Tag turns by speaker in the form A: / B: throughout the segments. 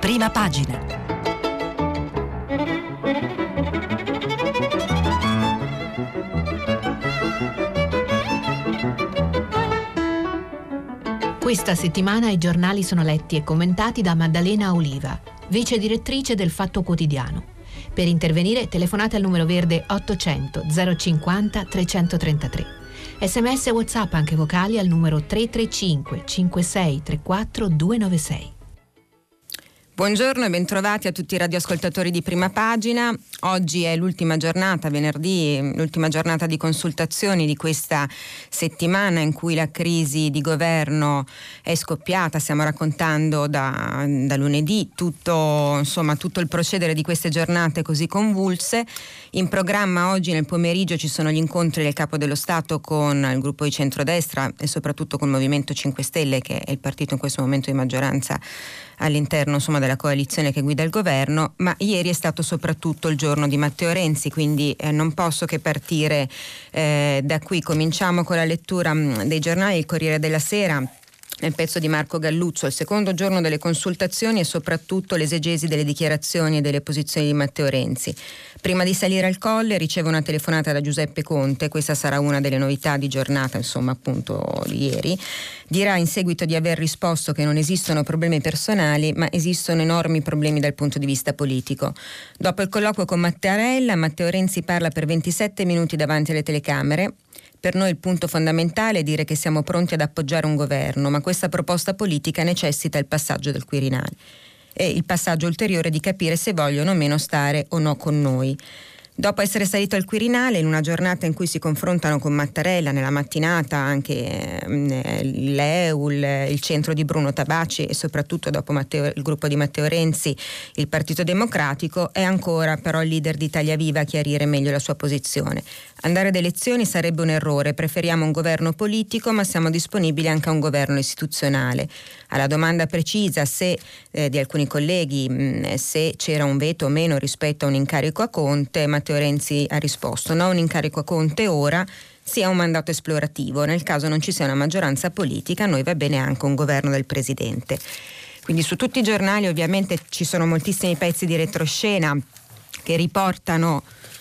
A: Prima pagina. Questa settimana i giornali sono letti e commentati da Maddalena Oliva, vice direttrice del Fatto Quotidiano. Per intervenire telefonate al numero verde 800 050 333. SMS e WhatsApp anche vocali al numero 335 56 34 296.
B: Buongiorno e bentrovati a tutti i radioascoltatori di Prima Pagina. Oggi è l'ultima giornata, venerdì, l'ultima giornata di consultazioni di questa settimana in cui la crisi di governo è scoppiata. Stiamo raccontando da lunedì tutto il procedere di queste giornate così convulse. In programma oggi nel pomeriggio ci sono gli incontri del Capo dello Stato con il gruppo di centrodestra e soprattutto con il Movimento 5 Stelle, che è il partito in questo momento di maggioranza all'interno della coalizione che guida il governo, ma ieri è stato soprattutto il giorno di Matteo Renzi, quindi non posso che partire da qui. Cominciamo con la lettura dei giornali. Il Corriere della Sera, nel pezzo di Marco Galluzzo, il secondo giorno delle consultazioni e soprattutto l'esegesi delle dichiarazioni e delle posizioni di Matteo Renzi. Prima di salire al Colle riceve una telefonata da Giuseppe Conte, questa sarà una delle novità di giornata, appunto di ieri. Dirà in seguito di aver risposto che non esistono problemi personali, ma esistono enormi problemi dal punto di vista politico. Dopo il colloquio con Mattarella, Matteo Renzi parla per 27 minuti davanti alle telecamere. Per noi il punto fondamentale è dire che siamo pronti ad appoggiare un governo, ma questa proposta politica necessita il passaggio del Quirinale e il passaggio ulteriore di capire se vogliono o meno stare o no con noi. Dopo essere salito al Quirinale, in una giornata in cui si confrontano con Mattarella, nella mattinata anche l'EUL, il centro di Bruno Tabacci e soprattutto dopo il gruppo di Matteo Renzi, il Partito Democratico, è ancora però il leader di Italia Viva a chiarire meglio la sua posizione. Andare ad elezioni sarebbe un errore, preferiamo un governo politico, ma siamo disponibili anche a un governo istituzionale. Alla domanda precisa di alcuni colleghi se c'era un veto o meno rispetto a un incarico a Conte, Matteo Renzi ha risposto: no, un incarico a Conte ora, sia un mandato esplorativo. Nel caso non ci sia una maggioranza politica, a noi va bene anche un governo del Presidente. Quindi su tutti i giornali ovviamente ci sono moltissimi pezzi di retroscena che riportano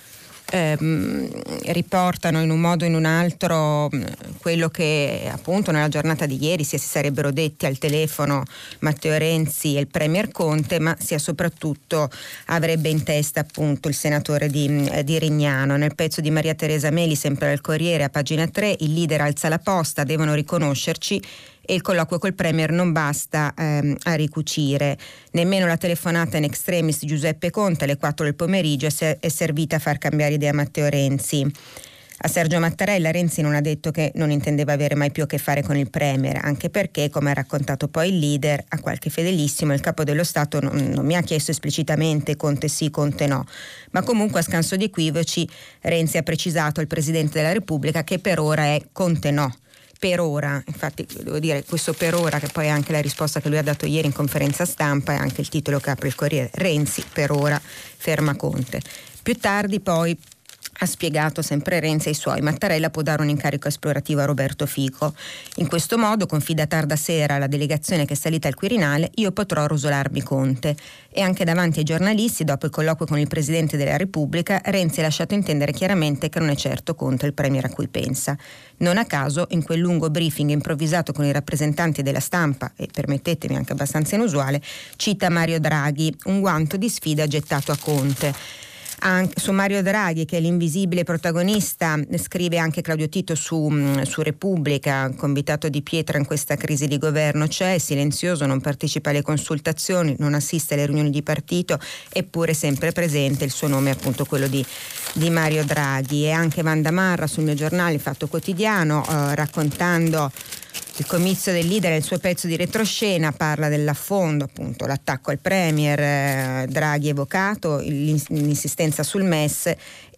B: in un modo o in un altro quello che appunto nella giornata di ieri sia si sarebbero detti al telefono Matteo Renzi e il Premier Conte, ma sia soprattutto avrebbe in testa appunto il senatore di Rignano. Nel pezzo di Maria Teresa Meli, sempre al Corriere, a pagina 3, il leader alza la posta, devono riconoscerci, e il colloquio col Premier non basta a ricucire. Nemmeno la telefonata in extremis di Giuseppe Conte alle 4 del pomeriggio è servita a far cambiare idea a Matteo Renzi. A Sergio Mattarella Renzi non ha detto che non intendeva avere mai più a che fare con il Premier, anche perché, come ha raccontato poi il leader a qualche fedelissimo, il Capo dello Stato non mi ha chiesto esplicitamente Conte sì, Conte no, ma comunque a scanso di equivoci Renzi ha precisato al Presidente della Repubblica che per ora è Conte no. Per ora, infatti devo dire questo per ora, che poi è anche la risposta che lui ha dato ieri in conferenza stampa, è anche il titolo che apre il Corriere: Renzi per ora ferma Conte. Più tardi poi ha spiegato sempre Renzi ai suoi: Mattarella può dare un incarico esplorativo a Roberto Fico. In questo modo, confida tarda sera alla delegazione che è salita al Quirinale, io potrò rosolarmi Conte. E anche davanti ai giornalisti, dopo il colloquio con il Presidente della Repubblica, Renzi ha lasciato intendere chiaramente che non è certo Conte il Premier a cui pensa. Non a caso, in quel lungo briefing improvvisato con i rappresentanti della stampa, e permettetemi anche abbastanza inusuale, cita Mario Draghi, un guanto di sfida gettato a Conte. Anche su Mario Draghi, che è l'invisibile protagonista, scrive anche Claudio Tito su Repubblica: convitato di pietra in questa crisi di governo c'è, è silenzioso, non partecipa alle consultazioni, non assiste alle riunioni di partito, eppure sempre presente il suo nome, appunto quello di Mario Draghi. E anche Wanda Marra sul mio giornale, il Fatto Quotidiano, raccontando il comizio del leader e il suo pezzo di retroscena, parla dell'affondo, appunto l'attacco al Premier, Draghi evocato, l'insistenza sul MES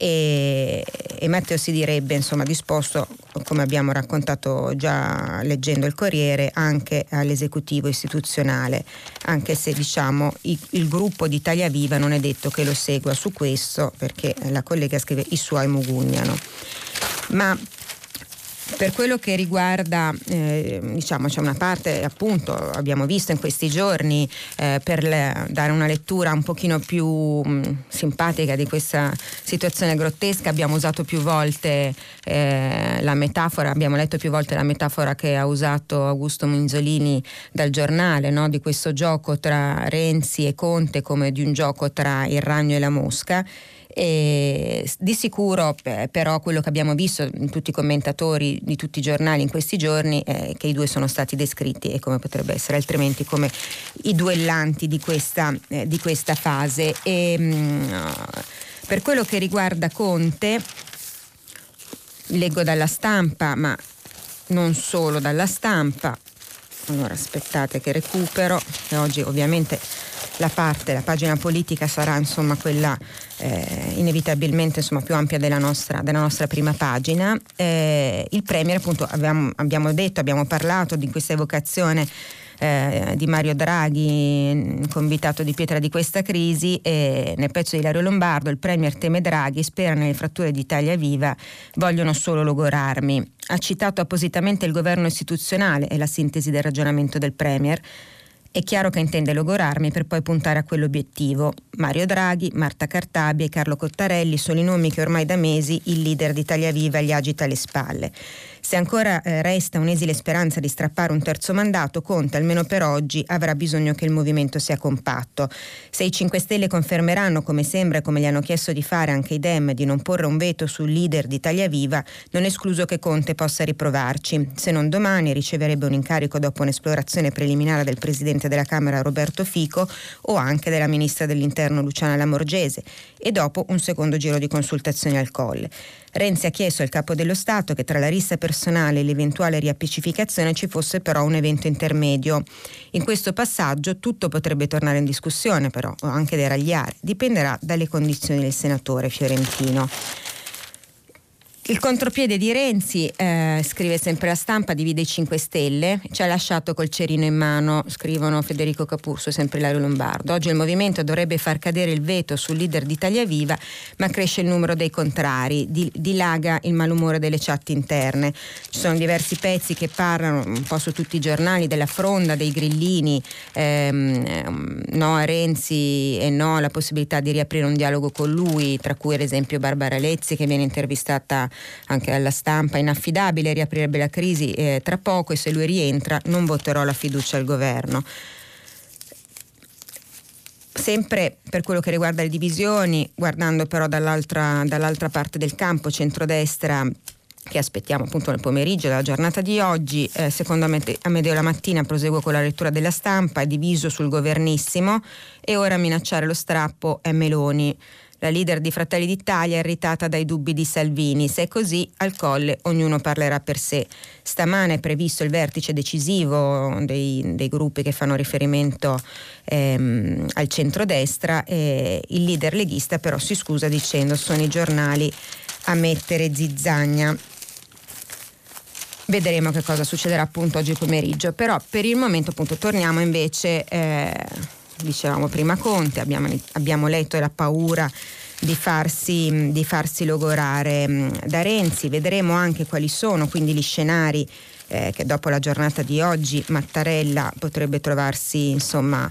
B: e Matteo si direbbe disposto, come abbiamo raccontato già leggendo il Corriere, anche all'esecutivo istituzionale, anche se il gruppo di Italia Viva non è detto che lo segua su questo, perché la collega scrive i suoi mugugnano. Ma Per quello che riguarda, diciamo, c'è una parte, appunto, abbiamo visto in questi giorni, dare una lettura un pochino più simpatica di questa situazione grottesca, abbiamo usato più volte la metafora, abbiamo letto più volte la metafora che ha usato Augusto Minzolini dal Giornale, no? Di questo gioco tra Renzi e Conte come di un gioco tra il ragno e la mosca. E di sicuro però quello che abbiamo visto in tutti i commentatori di tutti i giornali in questi giorni è che i due sono stati descritti, e come potrebbe essere altrimenti, come i duellanti di questa fase. Per quello che riguarda Conte, leggo dalla Stampa, ma non solo dalla Stampa. Allora aspettate che recupero, e oggi ovviamente la pagina politica sarà insomma quella inevitabilmente insomma più ampia della nostra prima pagina. Il Premier, appunto, abbiamo parlato di questa evocazione di Mario Draghi, convitato di pietra di questa crisi, e nel pezzo di Ilario Lombardo il Premier teme Draghi, spera nelle fratture di Italia Viva, vogliono solo logorarmi. Ha citato appositamente il governo istituzionale e la sintesi del ragionamento del Premier. È chiaro che intende logorarmi per poi puntare a quell'obiettivo. Mario Draghi, Marta Cartabia e Carlo Cottarelli sono i nomi che ormai da mesi il leader di Italia Viva gli agita alle spalle. Se ancora resta un'esile speranza di strappare un terzo mandato, Conte, almeno per oggi, avrà bisogno che il movimento sia compatto. Se i 5 Stelle confermeranno, come sembra e come gli hanno chiesto di fare anche i Dem, di non porre un veto sul leader di Italia Viva, non è escluso che Conte possa riprovarci. Se non domani, riceverebbe un incarico dopo un'esplorazione preliminare del presidente della Camera Roberto Fico o anche della ministra dell'Interno Luciana Lamorgese, e dopo un secondo giro di consultazioni al Colle. Renzi ha chiesto al Capo dello Stato che tra la rissa personale e l'eventuale riappacificazione ci fosse però un evento intermedio. In questo passaggio tutto potrebbe tornare in discussione, però, o anche deragliare. Dipenderà dalle condizioni del senatore fiorentino. Il contropiede di Renzi, scrive sempre la Stampa, divide i 5 Stelle, ci ha lasciato col cerino in mano, scrivono Federico Capurso e sempre Ilario Lombardo. Oggi il movimento dovrebbe far cadere il veto sul leader di Italia Viva, ma cresce il numero dei contrari, dilaga il malumore delle chat interne. Ci sono diversi pezzi che parlano un po' su tutti i giornali della fronda, dei grillini, no a Renzi e no alla possibilità di riaprire un dialogo con lui, tra cui ad esempio Barbara Lezzi, che viene intervistata anche alla Stampa: inaffidabile, riaprirebbe la crisi tra poco, e se lui rientra non voterò la fiducia al governo. Sempre per quello che riguarda le divisioni, guardando però dall'altra parte del campo, centrodestra, che aspettiamo appunto nel pomeriggio della giornata di oggi, secondo Amedeo La Mattina, proseguo con la lettura della Stampa, è diviso sul governissimo e ora a minacciare lo strappo è Meloni. La leader di Fratelli d'Italia è irritata dai dubbi di Salvini. Se è così, al Colle ognuno parlerà per sé. Stamane è previsto il vertice decisivo dei gruppi che fanno riferimento al centrodestra. Il leader leghista però si scusa dicendo: sono i giornali a mettere zizzagna. Vedremo che cosa succederà appunto oggi pomeriggio. Però per il momento appunto torniamo invece... dicevamo prima Conte, abbiamo letto la paura di farsi logorare da Renzi. Vedremo anche quali sono quindi gli scenari che dopo la giornata di oggi Mattarella potrebbe trovarsi insomma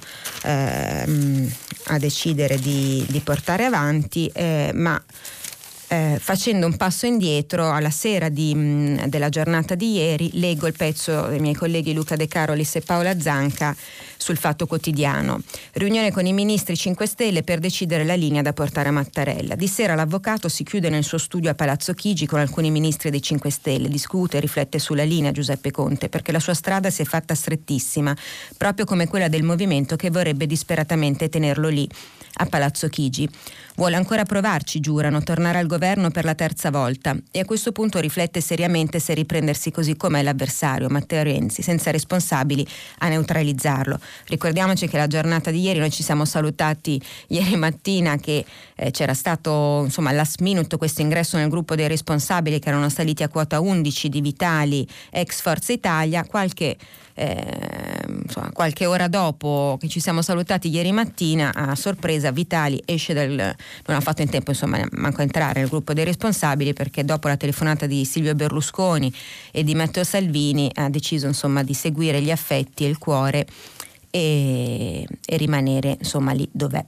B: a decidere di portare avanti, ma facendo un passo indietro, alla sera della giornata di ieri leggo il pezzo dei miei colleghi Luca De Carolis e Paola Zanca sul Fatto Quotidiano. Riunione con i ministri 5 Stelle per decidere la linea da portare a Mattarella. Di sera l'avvocato si chiude nel suo studio a Palazzo Chigi con alcuni ministri dei 5 Stelle, discute e riflette sulla linea Giuseppe Conte, perché la sua strada si è fatta strettissima, proprio come quella del movimento che vorrebbe disperatamente tenerlo lì, a Palazzo Chigi. Vuole ancora provarci, giurano, tornare al governo per la terza volta, e a questo punto riflette seriamente se riprendersi così com'è l'avversario, Matteo Renzi, senza responsabili a neutralizzarlo. Ricordiamoci che la giornata di ieri, noi ci siamo salutati ieri mattina che c'era stato insomma last minute questo ingresso nel gruppo dei responsabili che erano saliti a quota 11 di Vitali ex Forza Italia. Qualche ora dopo che ci siamo salutati ieri mattina, a sorpresa Vitali esce non ha fatto in tempo insomma manco a entrare nel gruppo dei responsabili, perché dopo la telefonata di Silvio Berlusconi e di Matteo Salvini ha deciso insomma di seguire gli affetti e il cuore e rimanere insomma lì dov'è.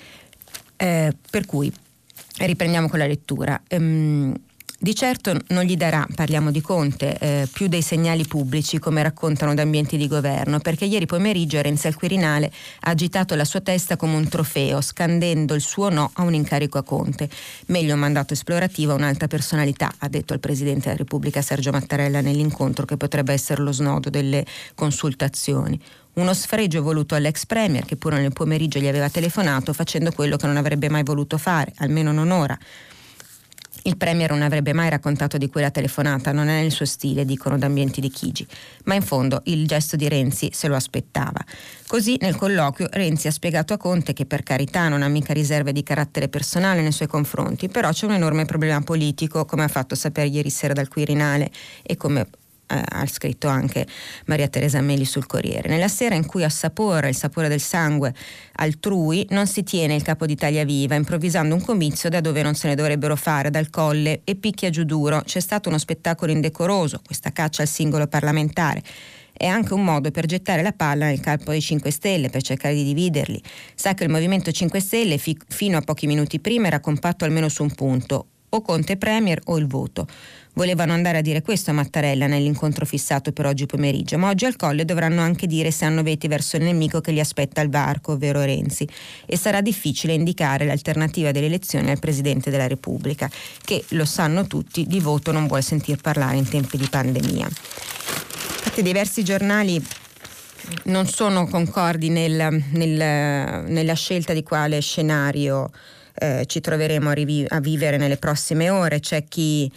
B: Per cui riprendiamo con la lettura. Di certo non gli darà, parliamo di Conte, più dei segnali pubblici come raccontano da ambienti di governo, perché ieri pomeriggio Renzi al Quirinale ha agitato la sua testa come un trofeo, scandendo il suo no a un incarico a Conte. Meglio un mandato esplorativo a un'alta personalità, ha detto il Presidente della Repubblica Sergio Mattarella nell'incontro che potrebbe essere lo snodo delle consultazioni. Uno sfregio voluto all'ex premier, che pure nel pomeriggio gli aveva telefonato facendo quello che non avrebbe mai voluto fare, almeno non ora. Il premier non avrebbe mai raccontato di quella telefonata, non è nel suo stile, dicono da ambienti di Chigi, ma in fondo il gesto di Renzi se lo aspettava. Così nel colloquio Renzi ha spiegato a Conte che per carità non ha mica riserve di carattere personale nei suoi confronti, però c'è un enorme problema politico, come ha fatto sapere ieri sera dal Quirinale e come ha scritto anche Maria Teresa Meli sul Corriere. Nella sera in cui assapora il sapore del sangue altrui non si tiene il capo d'Italia Viva, improvvisando un comizio da dove non se ne dovrebbero fare, dal Colle, e picchia giù duro. C'è stato uno spettacolo indecoroso, questa caccia al singolo parlamentare. È anche un modo per gettare la palla nel campo dei 5 Stelle, per cercare di dividerli. Sa che il Movimento 5 Stelle fino a pochi minuti prima era compatto almeno su un punto: o Conte premier o il voto. Volevano andare a dire questo a Mattarella nell'incontro fissato per oggi pomeriggio, ma oggi al Colle dovranno anche dire se hanno veti verso il nemico che li aspetta al varco, ovvero Renzi, e sarà difficile indicare l'alternativa delle elezioni al Presidente della Repubblica, che, lo sanno tutti, di voto non vuole sentir parlare in tempi di pandemia. Infatti diversi giornali non sono concordi nella scelta di quale scenario ci troveremo a vivere nelle prossime ore. C'è chi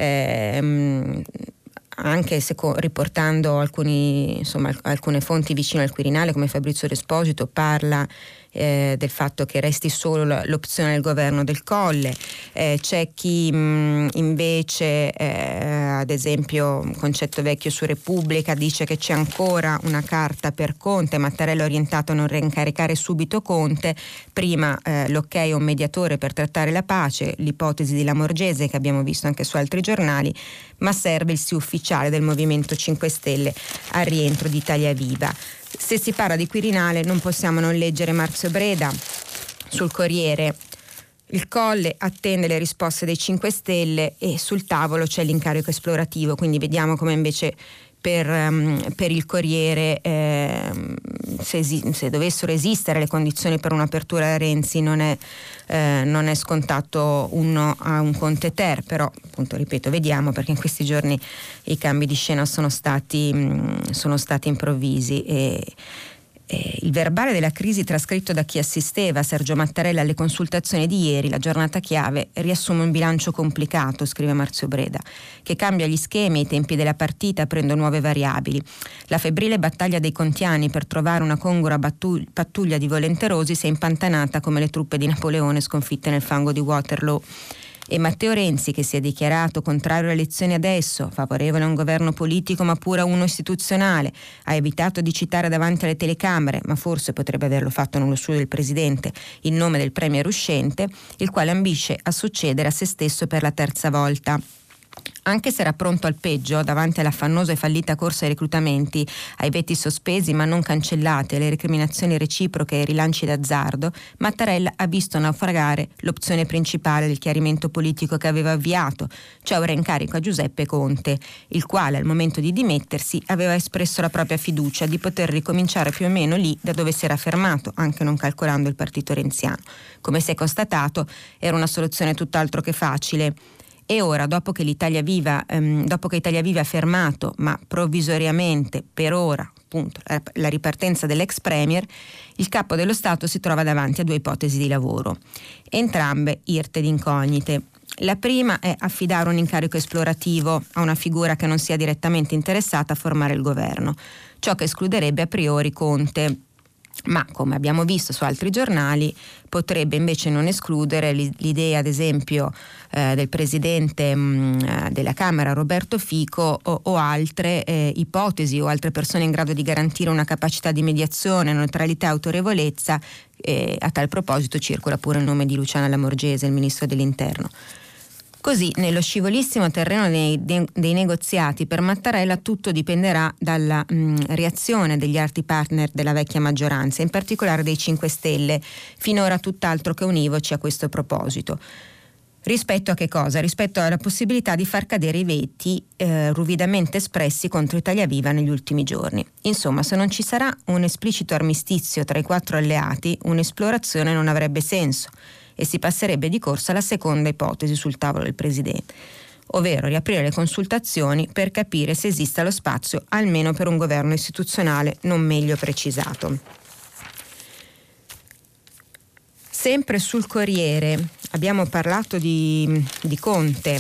B: anche riportando alcune fonti vicine al Quirinale come Fabrizio Esposito parla del fatto che resti solo l'opzione del governo del Colle. C'è chi invece ad esempio Concetto Vecchio su Repubblica dice che c'è ancora una carta per Conte, Mattarella orientato a non reincaricare subito Conte, prima l'ok a un mediatore per trattare la pace, l'ipotesi di Lamorgese che abbiamo visto anche su altri giornali, ma serve il sì ufficiale del Movimento 5 Stelle al rientro di Italia Viva. Se si parla di Quirinale non possiamo non leggere Marzio Breda sul Corriere. Il Colle attende le risposte dei 5 Stelle e sul tavolo c'è l'incarico esplorativo, quindi vediamo come invece per il Corriere se dovessero esistere le condizioni per un'apertura da Renzi non è scontato un no a un Conte ter, però appunto ripeto vediamo, perché in questi giorni i cambi di scena sono stati improvvisi e il verbale della crisi trascritto da chi assisteva Sergio Mattarella alle consultazioni di ieri, la giornata chiave, riassume un bilancio complicato, scrive Marzio Breda, che cambia gli schemi e i tempi della partita aprendo nuove variabili. La febbrile battaglia dei contiani per trovare una congrua pattuglia di volenterosi si è impantanata come le truppe di Napoleone sconfitte nel fango di Waterloo. E Matteo Renzi, che si è dichiarato contrario alle elezioni adesso, favorevole a un governo politico ma pure a uno istituzionale, ha evitato di citare davanti alle telecamere, ma forse potrebbe averlo fatto nello studio del Presidente, il nome del premier uscente, il quale ambisce a succedere a se stesso per la terza volta. Anche se era pronto al peggio davanti all'affannosa e fallita corsa ai reclutamenti, ai veti sospesi ma non cancellati, alle recriminazioni reciproche e ai rilanci d'azzardo, Mattarella ha visto naufragare l'opzione principale del chiarimento politico che aveva avviato, cioè un reincarico a Giuseppe Conte, il quale al momento di dimettersi aveva espresso la propria fiducia di poter ricominciare più o meno lì da dove si era fermato, anche non calcolando il partito renziano. Come si è constatato, era una soluzione tutt'altro che facile. E ora, dopo che Italia Viva ha fermato, ma provvisoriamente per ora, appunto, la ripartenza dell'ex premier, il capo dello Stato si trova davanti a due ipotesi di lavoro, entrambe irte di incognite. La prima è affidare un incarico esplorativo a una figura che non sia direttamente interessata a formare il governo, ciò che escluderebbe a priori Conte. Ma come abbiamo visto su altri giornali potrebbe invece non escludere l'idea ad esempio del presidente della Camera Roberto Fico o altre ipotesi o altre persone in grado di garantire una capacità di mediazione, neutralità e autorevolezza. A tal proposito circola pure il nome di Luciana Lamorgese, il ministro dell'Interno. Così, nello scivolissimo terreno dei negoziati per Mattarella tutto dipenderà dalla reazione degli altri partner della vecchia maggioranza, in particolare dei 5 Stelle, finora tutt'altro che univoci a questo proposito. Rispetto a che cosa? Rispetto alla possibilità di far cadere i veti ruvidamente espressi contro Italia Viva negli ultimi giorni. Insomma, se non ci sarà un esplicito armistizio tra i 4 alleati, un'esplorazione non avrebbe senso e si passerebbe di corsa alla seconda ipotesi sul tavolo del Presidente, ovvero riaprire le consultazioni per capire se esista lo spazio almeno per un governo istituzionale non meglio precisato. Sempre sul Corriere abbiamo parlato di Conte.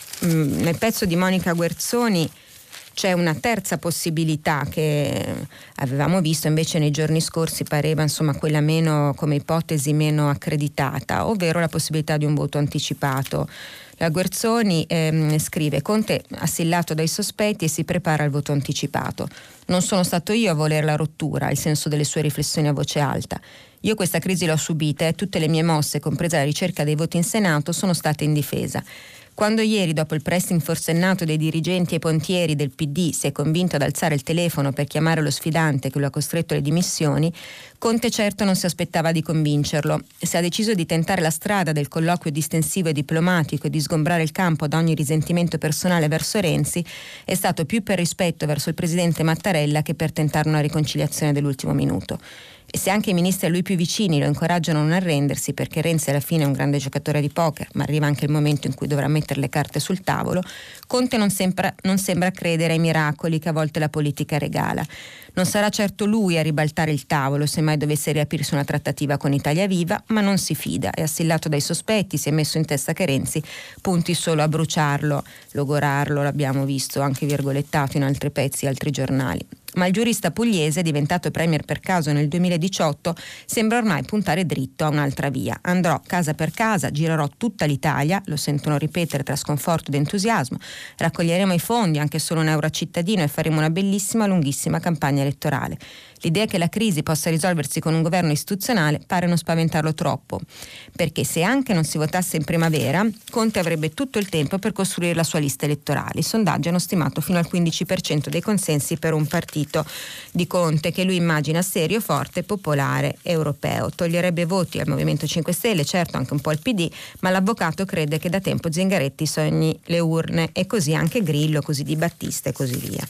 B: Nel pezzo di Monica Guerzoni c'è una terza possibilità che avevamo visto invece nei giorni scorsi, pareva insomma quella meno, come ipotesi meno accreditata, ovvero la possibilità di un voto anticipato. La Guerzoni scrive: Conte assillato dai sospetti e si prepara al voto anticipato. Non sono stato io a voler la rottura, il senso delle sue riflessioni a voce alta. Io questa crisi l'ho subita e tutte le mie mosse, compresa la ricerca dei voti in Senato, sono state in difesa. Quando ieri, dopo il pressing forsennato dei dirigenti e pontieri del PD, si è convinto ad alzare il telefono per chiamare lo sfidante che lo ha costretto alle dimissioni, Conte certo non si aspettava di convincerlo. Se ha deciso di tentare la strada del colloquio distensivo e diplomatico e di sgombrare il campo da ogni risentimento personale verso Renzi, è stato più per rispetto verso il presidente Mattarella che per tentare una riconciliazione dell'ultimo minuto. E se anche i ministri a lui più vicini lo incoraggiano a non arrendersi, perché Renzi alla fine è un grande giocatore di poker, ma arriva anche il momento in cui dovrà mettere le carte sul tavolo, Conte non sembra credere ai miracoli che a volte la politica regala. Non sarà certo lui a ribaltare il tavolo se mai dovesse riaprirsi una trattativa con Italia Viva, ma non si fida, è assillato dai sospetti, si è messo in testa che Renzi punti solo a bruciarlo, logorarlo, l'abbiamo visto anche virgolettato in altri pezzi, altri giornali. Ma il giurista pugliese, diventato premier per caso nel 2018, sembra ormai puntare dritto a un'altra via. Andrò casa per casa, girerò tutta l'Italia, lo sentono ripetere tra sconforto ed entusiasmo, raccoglieremo i fondi, anche solo un euro a cittadino, e faremo una bellissima, lunghissima campagna elettorale. L'idea che la crisi possa risolversi con un governo istituzionale pare non spaventarlo troppo, perché se anche non si votasse in primavera, Conte avrebbe tutto il tempo per costruire la sua lista elettorale. I sondaggi hanno stimato fino al 15% dei consensi per un partito di Conte che lui immagina serio, forte, popolare, europeo. Toglierebbe voti al Movimento 5 Stelle, certo anche un po' al PD, ma l'avvocato crede che da tempo Zingaretti sogni le urne, e così anche Grillo, così Di Battista e così via.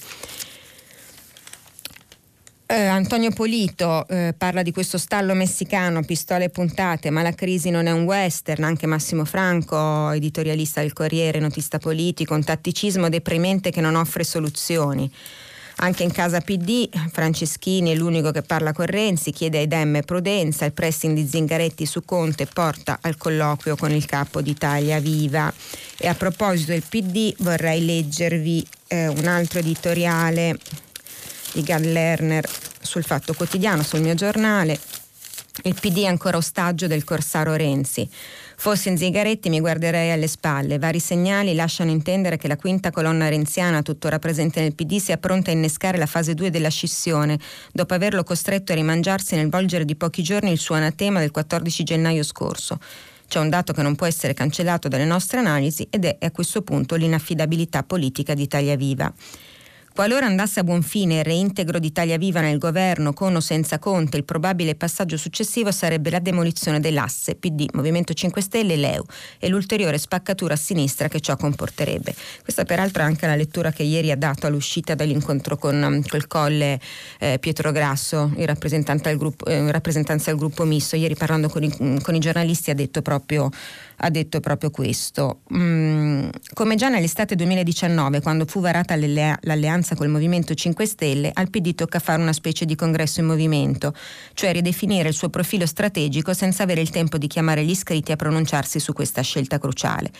B: Antonio Polito parla di questo stallo messicano, pistole puntate, ma la crisi non è un western. Anche Massimo Franco, editorialista del Corriere, notista politico, un tatticismo deprimente che non offre soluzioni. Anche in casa PD, Franceschini è l'unico che parla con Renzi, chiede ai Dem prudenza, il pressing di Zingaretti su Conte porta al colloquio con il capo d'Italia Viva. E a proposito del PD vorrei leggervi un altro editoriale di Gad Lerner sul Fatto Quotidiano, sul mio giornale. Il PD è ancora ostaggio del corsaro Renzi. Fossi in Zingaretti mi guarderei alle spalle. Vari segnali lasciano intendere che la quinta colonna renziana, tuttora presente nel PD, sia pronta a innescare la fase 2 della scissione, dopo averlo costretto a rimangiarsi nel volgere di pochi giorni il suo anatema del 14 gennaio scorso. C'è un dato che non può essere cancellato dalle nostre analisi ed è a questo punto l'inaffidabilità politica di Italia Viva. Qualora andasse a buon fine il reintegro di Italia Viva nel governo con o senza Conte, il probabile passaggio successivo sarebbe la demolizione dell'asse PD, Movimento 5 Stelle e LeU e l'ulteriore spaccatura a sinistra che ciò comporterebbe. Questa peraltro è anche la lettura che ieri ha dato all'uscita dall'incontro con col Colle Pietro Grasso, il rappresentante del gruppo, rappresentanza del gruppo misto. Ieri parlando con i giornalisti ha detto proprio questo. Come già nell'estate 2019, quando fu varata l'alleanza col Movimento 5 Stelle, al PD tocca fare una specie di congresso in movimento, cioè ridefinire il suo profilo strategico senza avere il tempo di chiamare gli iscritti a pronunciarsi su questa scelta cruciale.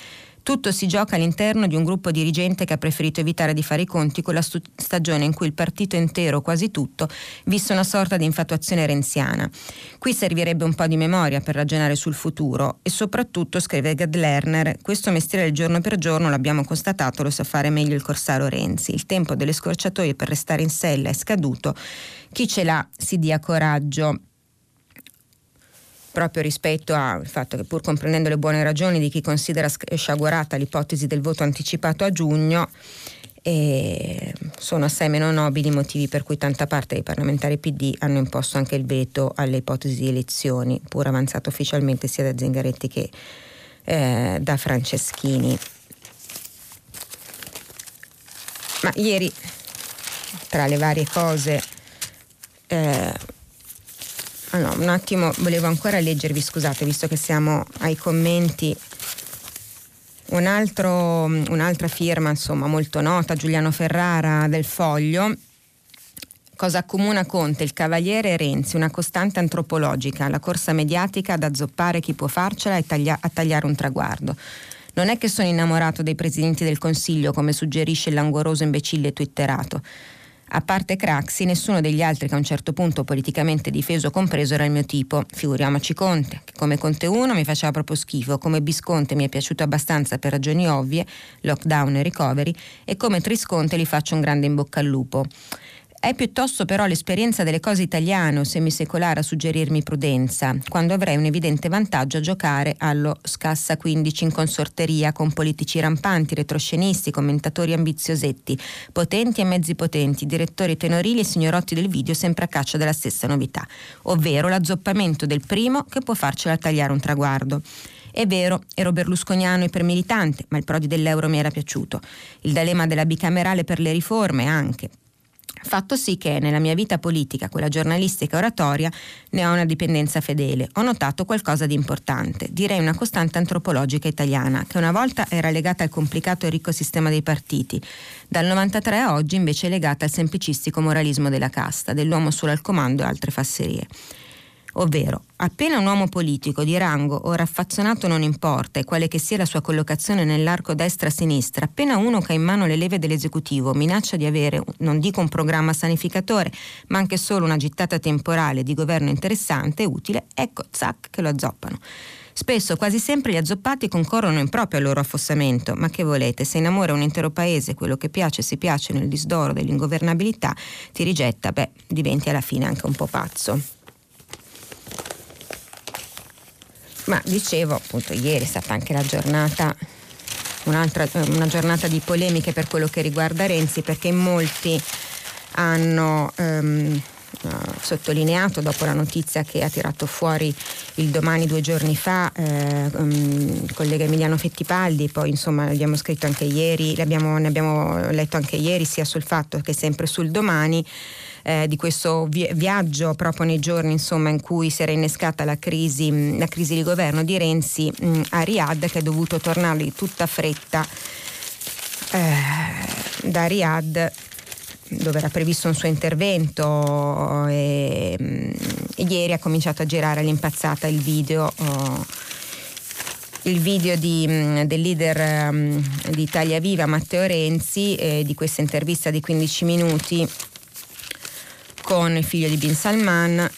B: Tutto si gioca all'interno di un gruppo dirigente che ha preferito evitare di fare i conti con la stagione in cui il partito intero, quasi tutto, visse una sorta di infatuazione renziana. Qui servirebbe un po' di memoria per ragionare sul futuro e soprattutto, scrive Gerd Lerner, questo mestiere del giorno per giorno, l'abbiamo constatato, lo sa fare meglio il corsaro Renzi. Il tempo delle scorciatoie per restare in sella è scaduto. Chi ce l'ha si dia coraggio. Proprio rispetto al fatto che, pur comprendendo le buone ragioni di chi considera sciagurata l'ipotesi del voto anticipato a giugno, sono assai meno nobili i motivi per cui tanta parte dei parlamentari PD hanno imposto anche il veto alle ipotesi di elezioni, pur avanzato ufficialmente sia da Zingaretti che da Franceschini. Ma ieri, tra le varie cose, un attimo, volevo ancora leggervi, scusate, visto che siamo ai commenti, un'altra firma insomma molto nota, Giuliano Ferrara del Foglio. Cosa accomuna Conte, il Cavaliere e Renzi? Una costante antropologica, la corsa mediatica ad azzoppare chi può farcela e a tagliare un traguardo. Non è che sono innamorato dei presidenti del Consiglio, come suggerisce il languoroso imbecille twitterato. A parte Craxi, nessuno degli altri che a un certo punto politicamente difeso compreso era il mio tipo. Figuriamoci Conte, che come Conte 1 mi faceva proprio schifo, come Visconte mi è piaciuto abbastanza per ragioni ovvie, lockdown e recovery, e come Trisconte gli faccio un grande in bocca al lupo. È piuttosto però l'esperienza delle cose italiane o semisecolare a suggerirmi prudenza, quando avrei un evidente vantaggio a giocare allo scassa 15 in consorteria con politici rampanti, retroscenisti, commentatori ambiziosetti, potenti e mezzi potenti, direttori tenorili e signorotti del video sempre a caccia della stessa novità, ovvero l'azzoppamento del primo che può farcela tagliare un traguardo. È vero, ero berlusconiano ipermilitante, ma il Prodi dell'euro mi era piaciuto. Il D'Alema della bicamerale per le riforme anche. Fatto sì che nella mia vita politica, quella giornalistica e oratoria, ne ho una dipendenza fedele. Ho notato qualcosa di importante, direi una costante antropologica italiana, che una volta era legata al complicato e ricco sistema dei partiti, dal 93 a oggi invece è legata al semplicistico moralismo della casta, dell'uomo solo al comando e altre fasserie. Ovvero, appena un uomo politico di rango o raffazzonato non importa, e quale che sia la sua collocazione nell'arco destra-sinistra, appena uno che ha in mano le leve dell'esecutivo minaccia di avere, non dico un programma sanificatore, ma anche solo una gittata temporale di governo interessante e utile, ecco, zac, che lo azzoppano. Spesso, quasi sempre, gli azzoppati concorrono in proprio al loro affossamento, ma che volete, se in amore un intero paese quello che piace si piace nel disdoro dell'ingovernabilità ti rigetta, diventi alla fine anche un po' pazzo. Ma dicevo, appunto, ieri è stata anche la giornata, una giornata di polemiche per quello che riguarda Renzi, perché in molti hanno sottolineato, dopo la notizia che ha tirato fuori il Domani 2 giorni fa, il collega Emiliano Fittipaldi, poi insomma l'abbiamo scritto anche ieri, ne abbiamo letto anche ieri, sia sul Fatto che sempre sul Domani, di questo viaggio proprio nei giorni insomma in cui si era innescata la crisi di governo di Renzi a Riyadh, che è dovuto tornare di tutta fretta da Riyadh, dove era previsto un suo intervento, e ieri ha cominciato a girare all'impazzata il video del leader di Italia Viva Matteo Renzi, di questa intervista di 15 minuti con il figlio di Bin Salman.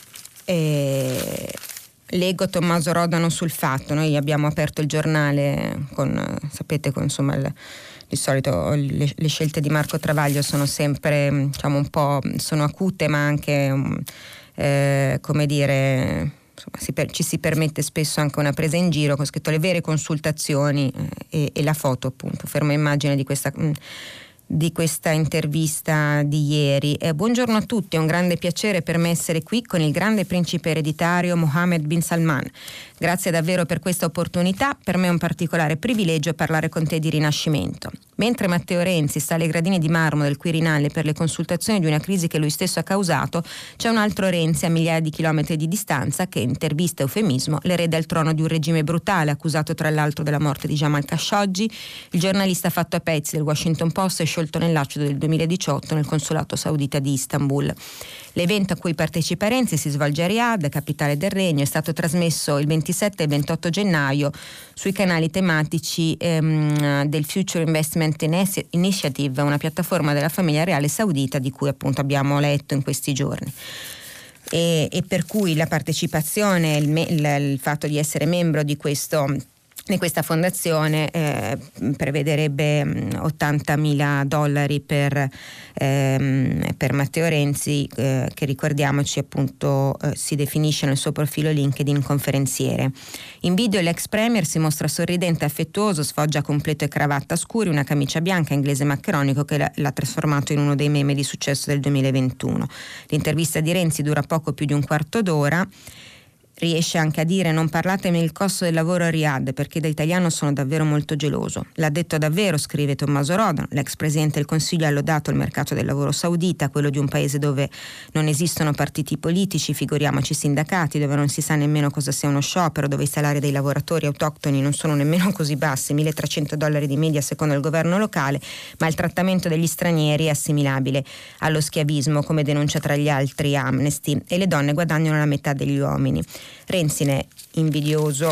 B: Leggo Tommaso Rodano sul Fatto. Noi abbiamo aperto il giornale sapete, insomma di solito le scelte di Marco Travaglio sono sempre, diciamo, un po', sono acute, ma anche come dire, insomma, ci si permette spesso anche una presa in giro, con scritto le vere consultazioni, e la foto, appunto, ferma immagine di questa intervista di ieri. Buongiorno a tutti, è un grande piacere per me essere qui con il grande principe ereditario Mohammed bin Salman. Grazie davvero per questa opportunità, per me è un particolare privilegio parlare con te di Rinascimento. Mentre Matteo Renzi sta alle gradine di marmo del Quirinale per le consultazioni di una crisi che lui stesso ha causato, c'è un altro Renzi a migliaia di chilometri di distanza che, intervista eufemismo, le ereda il trono di un regime brutale, accusato tra l'altro della morte di Jamal Khashoggi, il giornalista fatto a pezzi del Washington Post e sciolto nell'acido del 2018 nel consolato saudita di Istanbul. L'evento a cui partecipa Renzi si svolge a Riyadh, capitale del Regno, è stato trasmesso il 27 e 28 gennaio sui canali tematici del Future Investment Initiative, una piattaforma della famiglia reale saudita di cui appunto abbiamo letto in questi giorni. E per cui la partecipazione, il fatto di essere membro di questa fondazione prevederebbe $80.000 per Matteo Renzi, che ricordiamoci appunto si definisce nel suo profilo LinkedIn conferenziere. In video l'ex premier si mostra sorridente e affettuoso, sfoggia completo e cravatta scuri, una camicia bianca inglese maccheronico che l'ha trasformato in uno dei meme di successo del 2021. L'intervista di Renzi dura poco più di un quarto d'ora. Riesce anche a dire: non parlatemi del costo del lavoro a Riyadh, perché da italiano sono davvero molto geloso. L'ha detto davvero, scrive Tommaso Rodano. L'ex presidente del Consiglio ha lodato il mercato del lavoro saudita, quello di un paese dove non esistono partiti politici, figuriamoci sindacati, dove non si sa nemmeno cosa sia uno sciopero, dove i salari dei lavoratori autoctoni non sono nemmeno così bassi, $1.300 di media secondo il governo locale, ma il trattamento degli stranieri è assimilabile allo schiavismo, come denuncia tra gli altri Amnesty, e le donne guadagnano la metà degli uomini. Renzi ne è invidioso.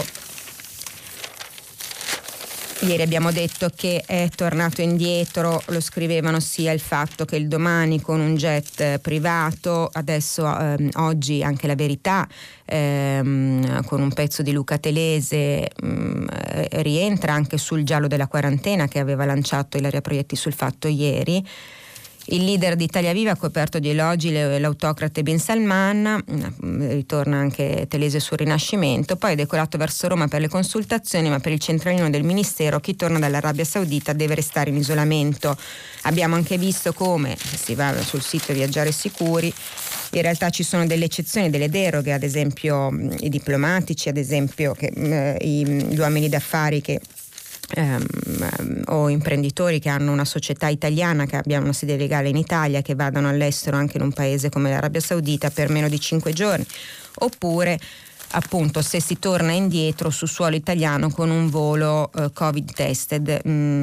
B: Ieri abbiamo detto che è tornato indietro, lo scrivevano sia il Fatto che il Domani, con un jet privato. Adesso oggi anche La Verità con un pezzo di Luca Telese rientra anche sul giallo della quarantena che aveva lanciato Ilaria Proietti sul Fatto ieri. Il leader di Italia Viva ha coperto di elogi l'autocrate Bin Salman, ritorna anche Telese sul Rinascimento, poi è decolato verso Roma per le consultazioni, ma per il centralino del Ministero chi torna dall'Arabia Saudita deve restare in isolamento. Abbiamo anche visto come, si va sul sito Viaggiare Sicuri, in realtà ci sono delle eccezioni, delle deroghe, ad esempio i diplomatici, ad esempio gli uomini d'affari che o imprenditori che hanno una società italiana, che abbiano una sede legale in Italia, che vadano all'estero anche in un paese come l'Arabia Saudita per meno di 5 giorni, oppure appunto se si torna indietro su suolo italiano con un volo Covid tested.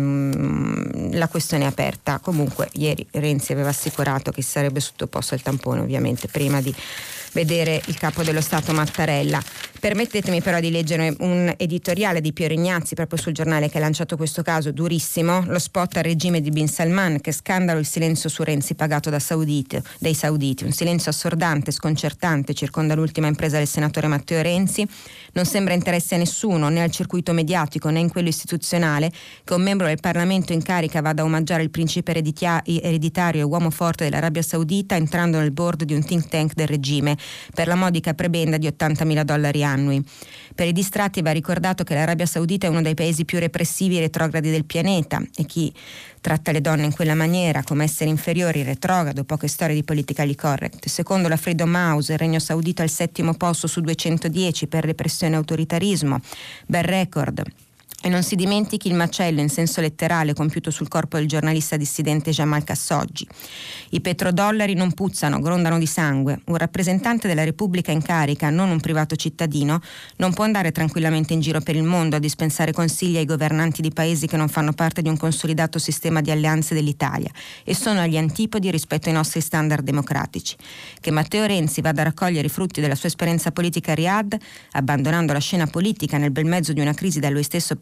B: La questione è aperta. Comunque ieri Renzi aveva assicurato che si sarebbe sottoposto al tampone, ovviamente prima di vedere il capo dello Stato Mattarella. Permettetemi però di leggere un editoriale di Piero Ignazzi proprio sul giornale che ha lanciato questo caso durissimo. Lo spot al regime di Bin Salman, che scandalo il silenzio su Renzi pagato dai sauditi, un silenzio assordante, sconcertante circonda l'ultima impresa del senatore Matteo Renzi. Non sembra interesse a nessuno, né al circuito mediatico né in quello istituzionale, che un membro del Parlamento in carica vada a omaggiare il principe ereditario e uomo forte dell'Arabia Saudita entrando nel board di un think tank del regime per la modica prebenda di $80.000 annui. Per i distratti va ricordato che l'Arabia Saudita è uno dei paesi più repressivi e retrogradi del pianeta, e chi tratta le donne in quella maniera, come esseri inferiori, retrogrado, poche storie di politically correct. Secondo la Freedom House, il Regno Saudita è al 7° posto su 210 per repressione e autoritarismo, bel record. E non si dimentichi il macello in senso letterale compiuto sul corpo del giornalista dissidente Jamal Khashoggi. I petrodollari non puzzano, grondano di sangue. Un rappresentante della Repubblica in carica, non un privato cittadino, non può andare tranquillamente in giro per il mondo a dispensare consigli ai governanti di paesi che non fanno parte di un consolidato sistema di alleanze dell'Italia e sono agli antipodi rispetto ai nostri standard democratici. Che Matteo Renzi vada a raccogliere i frutti della sua esperienza politica a Riyadh, abbandonando la scena politica nel bel mezzo di una crisi da lui stesso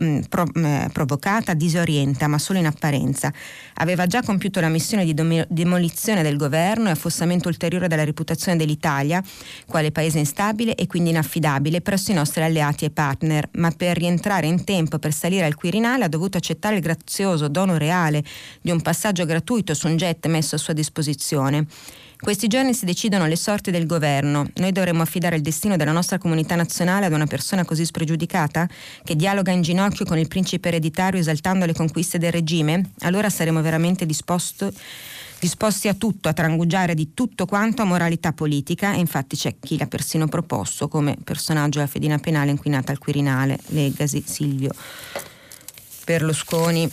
B: provocata, disorienta, ma solo in apparenza. Aveva già compiuto la missione di demolizione del governo e affossamento ulteriore della reputazione dell'Italia quale paese instabile e quindi inaffidabile presso i nostri alleati e partner, ma per rientrare in tempo per salire al Quirinale ha dovuto accettare il grazioso dono reale di un passaggio gratuito su un jet messo a sua disposizione. Questi giorni si decidono le sorti del governo. Noi dovremmo affidare il destino della nostra comunità nazionale ad una persona così spregiudicata, che dialoga in ginocchio con il principe ereditario esaltando le conquiste del regime? Allora saremo veramente disposti a tutto, a trangugiare di tutto quanto a moralità politica, e infatti c'è chi l'ha persino proposto come personaggio della fedina penale inquinata al Quirinale, leggasi Silvio Berlusconi.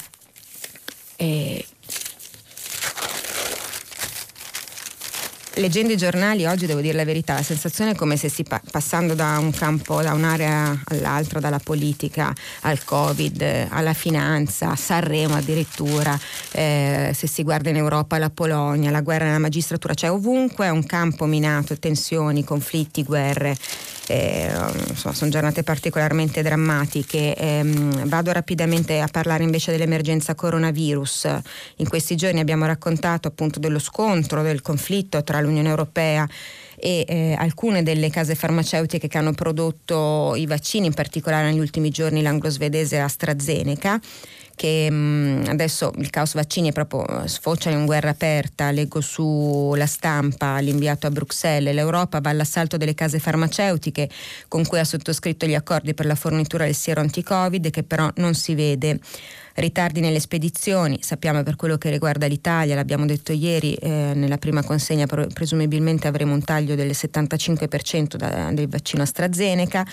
B: Leggendo i giornali oggi, devo dire la verità, la sensazione è come se passando da un campo, da un'area all'altra, dalla politica al Covid, alla finanza, a Sanremo addirittura, se si guarda in Europa la Polonia, la guerra nella magistratura, cioè ovunque è un campo minato, tensioni, conflitti, guerre. Insomma, sono giornate particolarmente drammatiche. Vado rapidamente a parlare invece dell'emergenza coronavirus. In questi giorni abbiamo raccontato appunto dello scontro, del conflitto tra l'Unione Europea e alcune delle case farmaceutiche che hanno prodotto i vaccini, in particolare negli ultimi giorni l'anglo-svedese AstraZeneca, che adesso il caos vaccini è proprio sfocia in guerra aperta. Leggo sulla stampa l'inviato a Bruxelles: l'Europa va all'assalto delle case farmaceutiche con cui ha sottoscritto gli accordi per la fornitura del siero anti-Covid, che però non si vede. Ritardi nelle spedizioni, sappiamo per quello che riguarda l'Italia, l'abbiamo detto ieri, nella prima consegna presumibilmente avremo un taglio del 75% del vaccino AstraZeneca,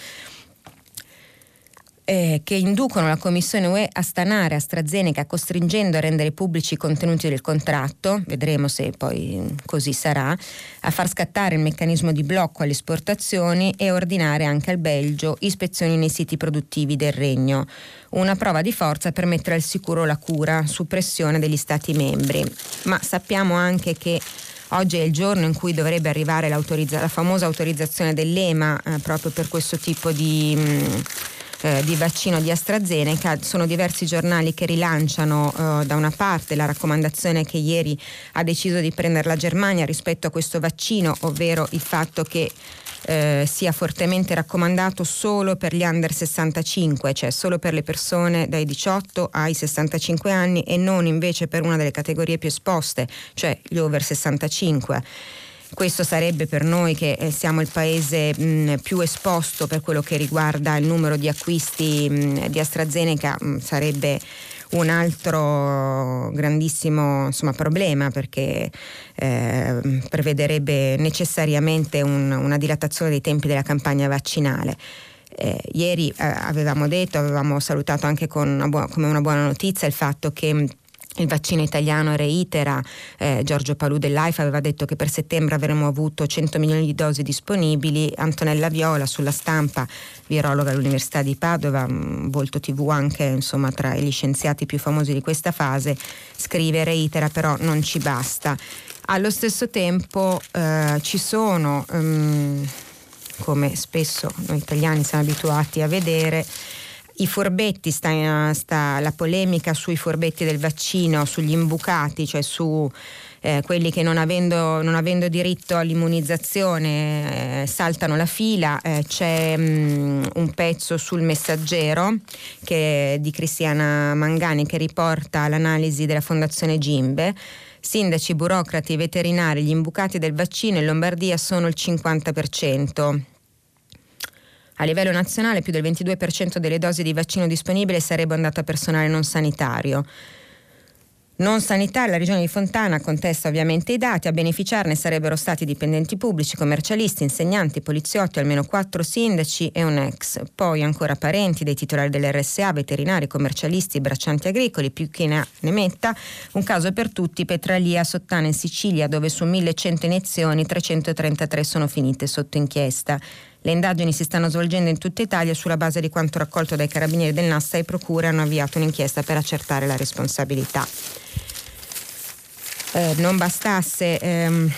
B: che inducono la Commissione UE a stanare AstraZeneca, costringendo a rendere pubblici i contenuti del contratto, vedremo se poi così sarà, a far scattare il meccanismo di blocco alle esportazioni e ordinare anche al Belgio ispezioni nei siti produttivi del Regno. Una prova di forza per mettere al sicuro la cura su pressione degli Stati membri. Ma sappiamo anche che oggi è il giorno in cui dovrebbe arrivare la famosa autorizzazione dell'EMA proprio per questo tipo di vaccino di AstraZeneca. Sono diversi giornali che rilanciano da una parte la raccomandazione che ieri ha deciso di prendere la Germania rispetto a questo vaccino, ovvero il fatto che sia fortemente raccomandato solo per gli under 65, cioè solo per le persone dai 18 ai 65 anni e non invece per una delle categorie più esposte, cioè gli over 65. Questo sarebbe per noi, che siamo il paese più esposto per quello che riguarda il numero di acquisti di AstraZeneca, sarebbe un altro grandissimo problema, perché prevederebbe necessariamente una dilatazione dei tempi della campagna vaccinale. Ieri avevamo salutato anche come una buona notizia il fatto che il vaccino italiano reitera. Giorgio Palù dell'AIFA aveva detto che per settembre avremmo avuto 100 milioni di dosi disponibili. Antonella Viola sulla stampa, virologa all'Università di Padova, volto TV anche tra gli scienziati più famosi di questa fase, scrive: reitera, però non ci basta. Allo stesso tempo ci sono, come spesso noi italiani siamo abituati a vedere, i furbetti, la polemica sui furbetti del vaccino, sugli imbucati, cioè su quelli che non avendo diritto all'immunizzazione saltano la fila. C'è un pezzo sul Messaggero di Cristiana Mangani che riporta l'analisi della Fondazione Gimbe. Sindaci, burocrati e veterinari, gli imbucati del vaccino in Lombardia sono il 50%. A livello nazionale più del 22% delle dosi di vaccino disponibile sarebbe andato a personale non sanitario. Non sanitaria, la regione di Fontana contesta ovviamente i dati. A beneficiarne sarebbero stati dipendenti pubblici, commercialisti, insegnanti, poliziotti, almeno 4 sindaci e un ex. Poi ancora parenti dei titolari dell'RSA, veterinari, commercialisti, braccianti agricoli, più chi ne metta. Un caso per tutti: Petralia, Sottana in Sicilia, dove su 1100 iniezioni 333 sono finite sotto inchiesta. Le indagini si stanno svolgendo in tutta Italia. Sulla base di quanto raccolto dai carabinieri del NAS e procure hanno avviato un'inchiesta per accertare la responsabilità. Non bastasse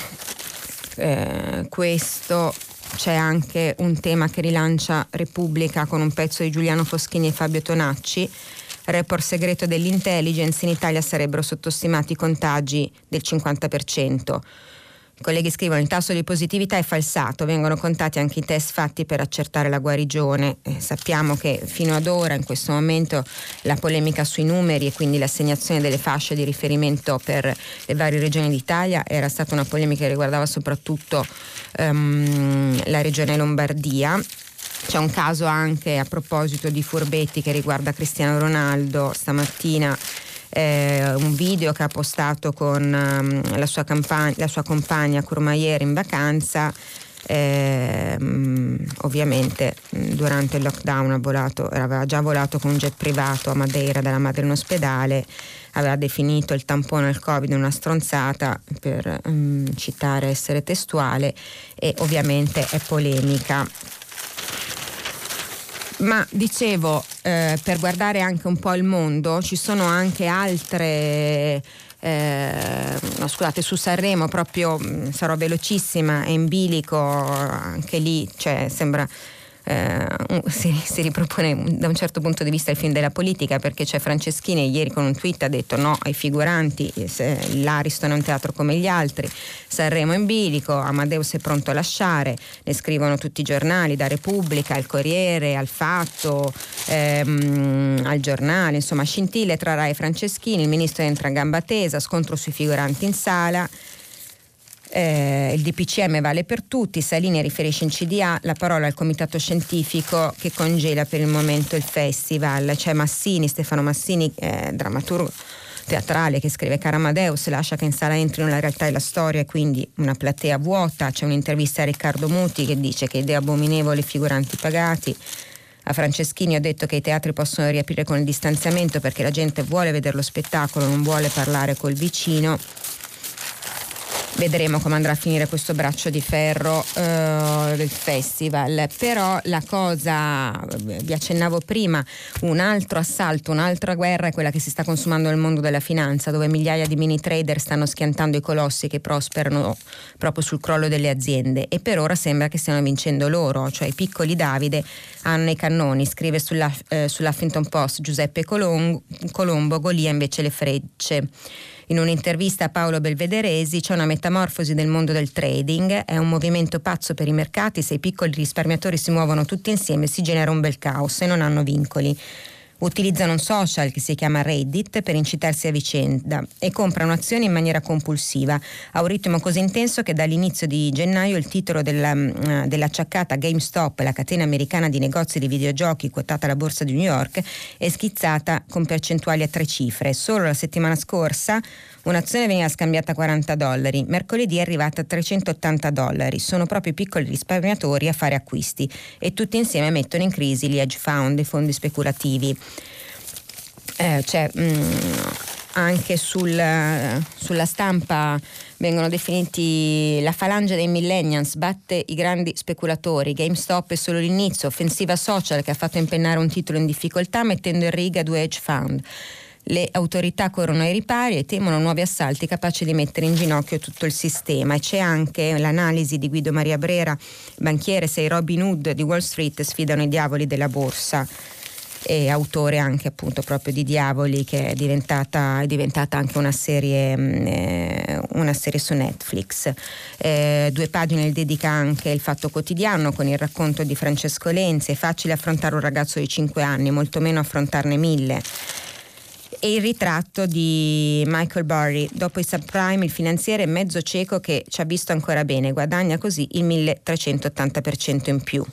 B: questo, c'è anche un tema che rilancia Repubblica con un pezzo di Giuliano Foschini e Fabio Tonacci. Report segreto dell'intelligence: in Italia sarebbero sottostimati i contagi del 50%. I colleghi scrivono: il tasso di positività è falsato, vengono contati anche i test fatti per accertare la guarigione. Sappiamo che fino ad ora, in questo momento, la polemica sui numeri e quindi l'assegnazione delle fasce di riferimento per le varie regioni d'Italia era stata una polemica che riguardava soprattutto la regione Lombardia. C'è un caso anche a proposito di furbetti che riguarda Cristiano Ronaldo. Stamattina un video che ha postato con la sua compagna Courmayeur in vacanza, Ovviamente durante il lockdown aveva già volato con un jet privato a Madeira dalla madre in ospedale, aveva definito il tampone al Covid una stronzata, per citare, essere testuale, e ovviamente è polemica. Ma dicevo, per guardare anche un po' il mondo, ci sono anche altre... scusate, su Sanremo proprio, sarò velocissima, è in bilico anche lì, cioè sembra si ripropone da un certo punto di vista il film della politica, perché c'è Franceschini ieri con un tweet ha detto no ai figuranti, l'Ariston è un teatro come gli altri, Sanremo in bilico, Amadeus è pronto a lasciare, ne scrivono tutti i giornali, da Repubblica al Corriere al Fatto, al Giornale, insomma scintille tra Rai e Franceschini, il ministro entra a gamba tesa, scontro sui figuranti in sala. Il DPCM vale per tutti, Salini riferisce in CDA, la parola al comitato scientifico che congela per il momento il festival. C'è Stefano Massini, drammaturgo teatrale, che scrive: Caro Amadeus, lascia che in sala entrino la realtà e la storia, e quindi una platea vuota. C'è un'intervista a Riccardo Muti che dice che idea abominevole, figuranti pagati. A Franceschini ho detto che i teatri possono riaprire con il distanziamento perché la gente vuole vedere lo spettacolo, non vuole parlare col vicino. Vedremo come andrà a finire questo braccio di ferro del festival. Però la cosa, vi accennavo prima, un altro assalto, un'altra guerra è quella che si sta consumando nel mondo della finanza, dove migliaia di mini trader stanno schiantando i colossi che prosperano proprio sul crollo delle aziende, e per ora sembra che stiano vincendo loro, cioè i piccoli Davide hanno i cannoni, scrive sull'Huffington Post Giuseppe Colombo, Golia invece le frecce. In un'intervista a Paolo Belvederesi: c'è una metamorfosi del mondo del trading, è un movimento pazzo per i mercati, se i piccoli risparmiatori si muovono tutti insieme si genera un bel caos e non hanno vincoli. Utilizzano un social che si chiama Reddit per incitarsi a vicenda e comprano azioni in maniera compulsiva, a un ritmo così intenso che dall'inizio di gennaio il titolo dell'acciaccata GameStop, la catena americana di negozi di videogiochi quotata alla borsa di New York, è schizzata con percentuali a 3 cifre. Solo la settimana scorsa un'azione veniva scambiata a $40, mercoledì è arrivata a $380. Sono proprio i piccoli risparmiatori a fare acquisti e tutti insieme mettono in crisi gli hedge fund, i fondi speculativi. Anche sulla stampa vengono definiti la falange dei millennials, batte i grandi speculatori, GameStop è solo l'inizio, offensiva social che ha fatto impennare un titolo in difficoltà mettendo in riga 2 hedge fund. Le autorità corrono ai ripari e temono nuovi assalti capaci di mettere in ginocchio tutto il sistema. E c'è anche l'analisi di Guido Maria Brera, banchiere: se i Robin Hood di Wall Street sfidano i diavoli della borsa, e autore anche appunto proprio di Diavoli, che è diventata anche una serie su Netflix. 2 pagine le dedica anche il Fatto Quotidiano con il racconto di Francesco Lenzi: è facile affrontare un ragazzo di 5 anni, molto meno affrontarne 1000. E il ritratto di Michael Burry: dopo i subprime il finanziere mezzo cieco che ci ha visto ancora bene, guadagna così il 1380% in più.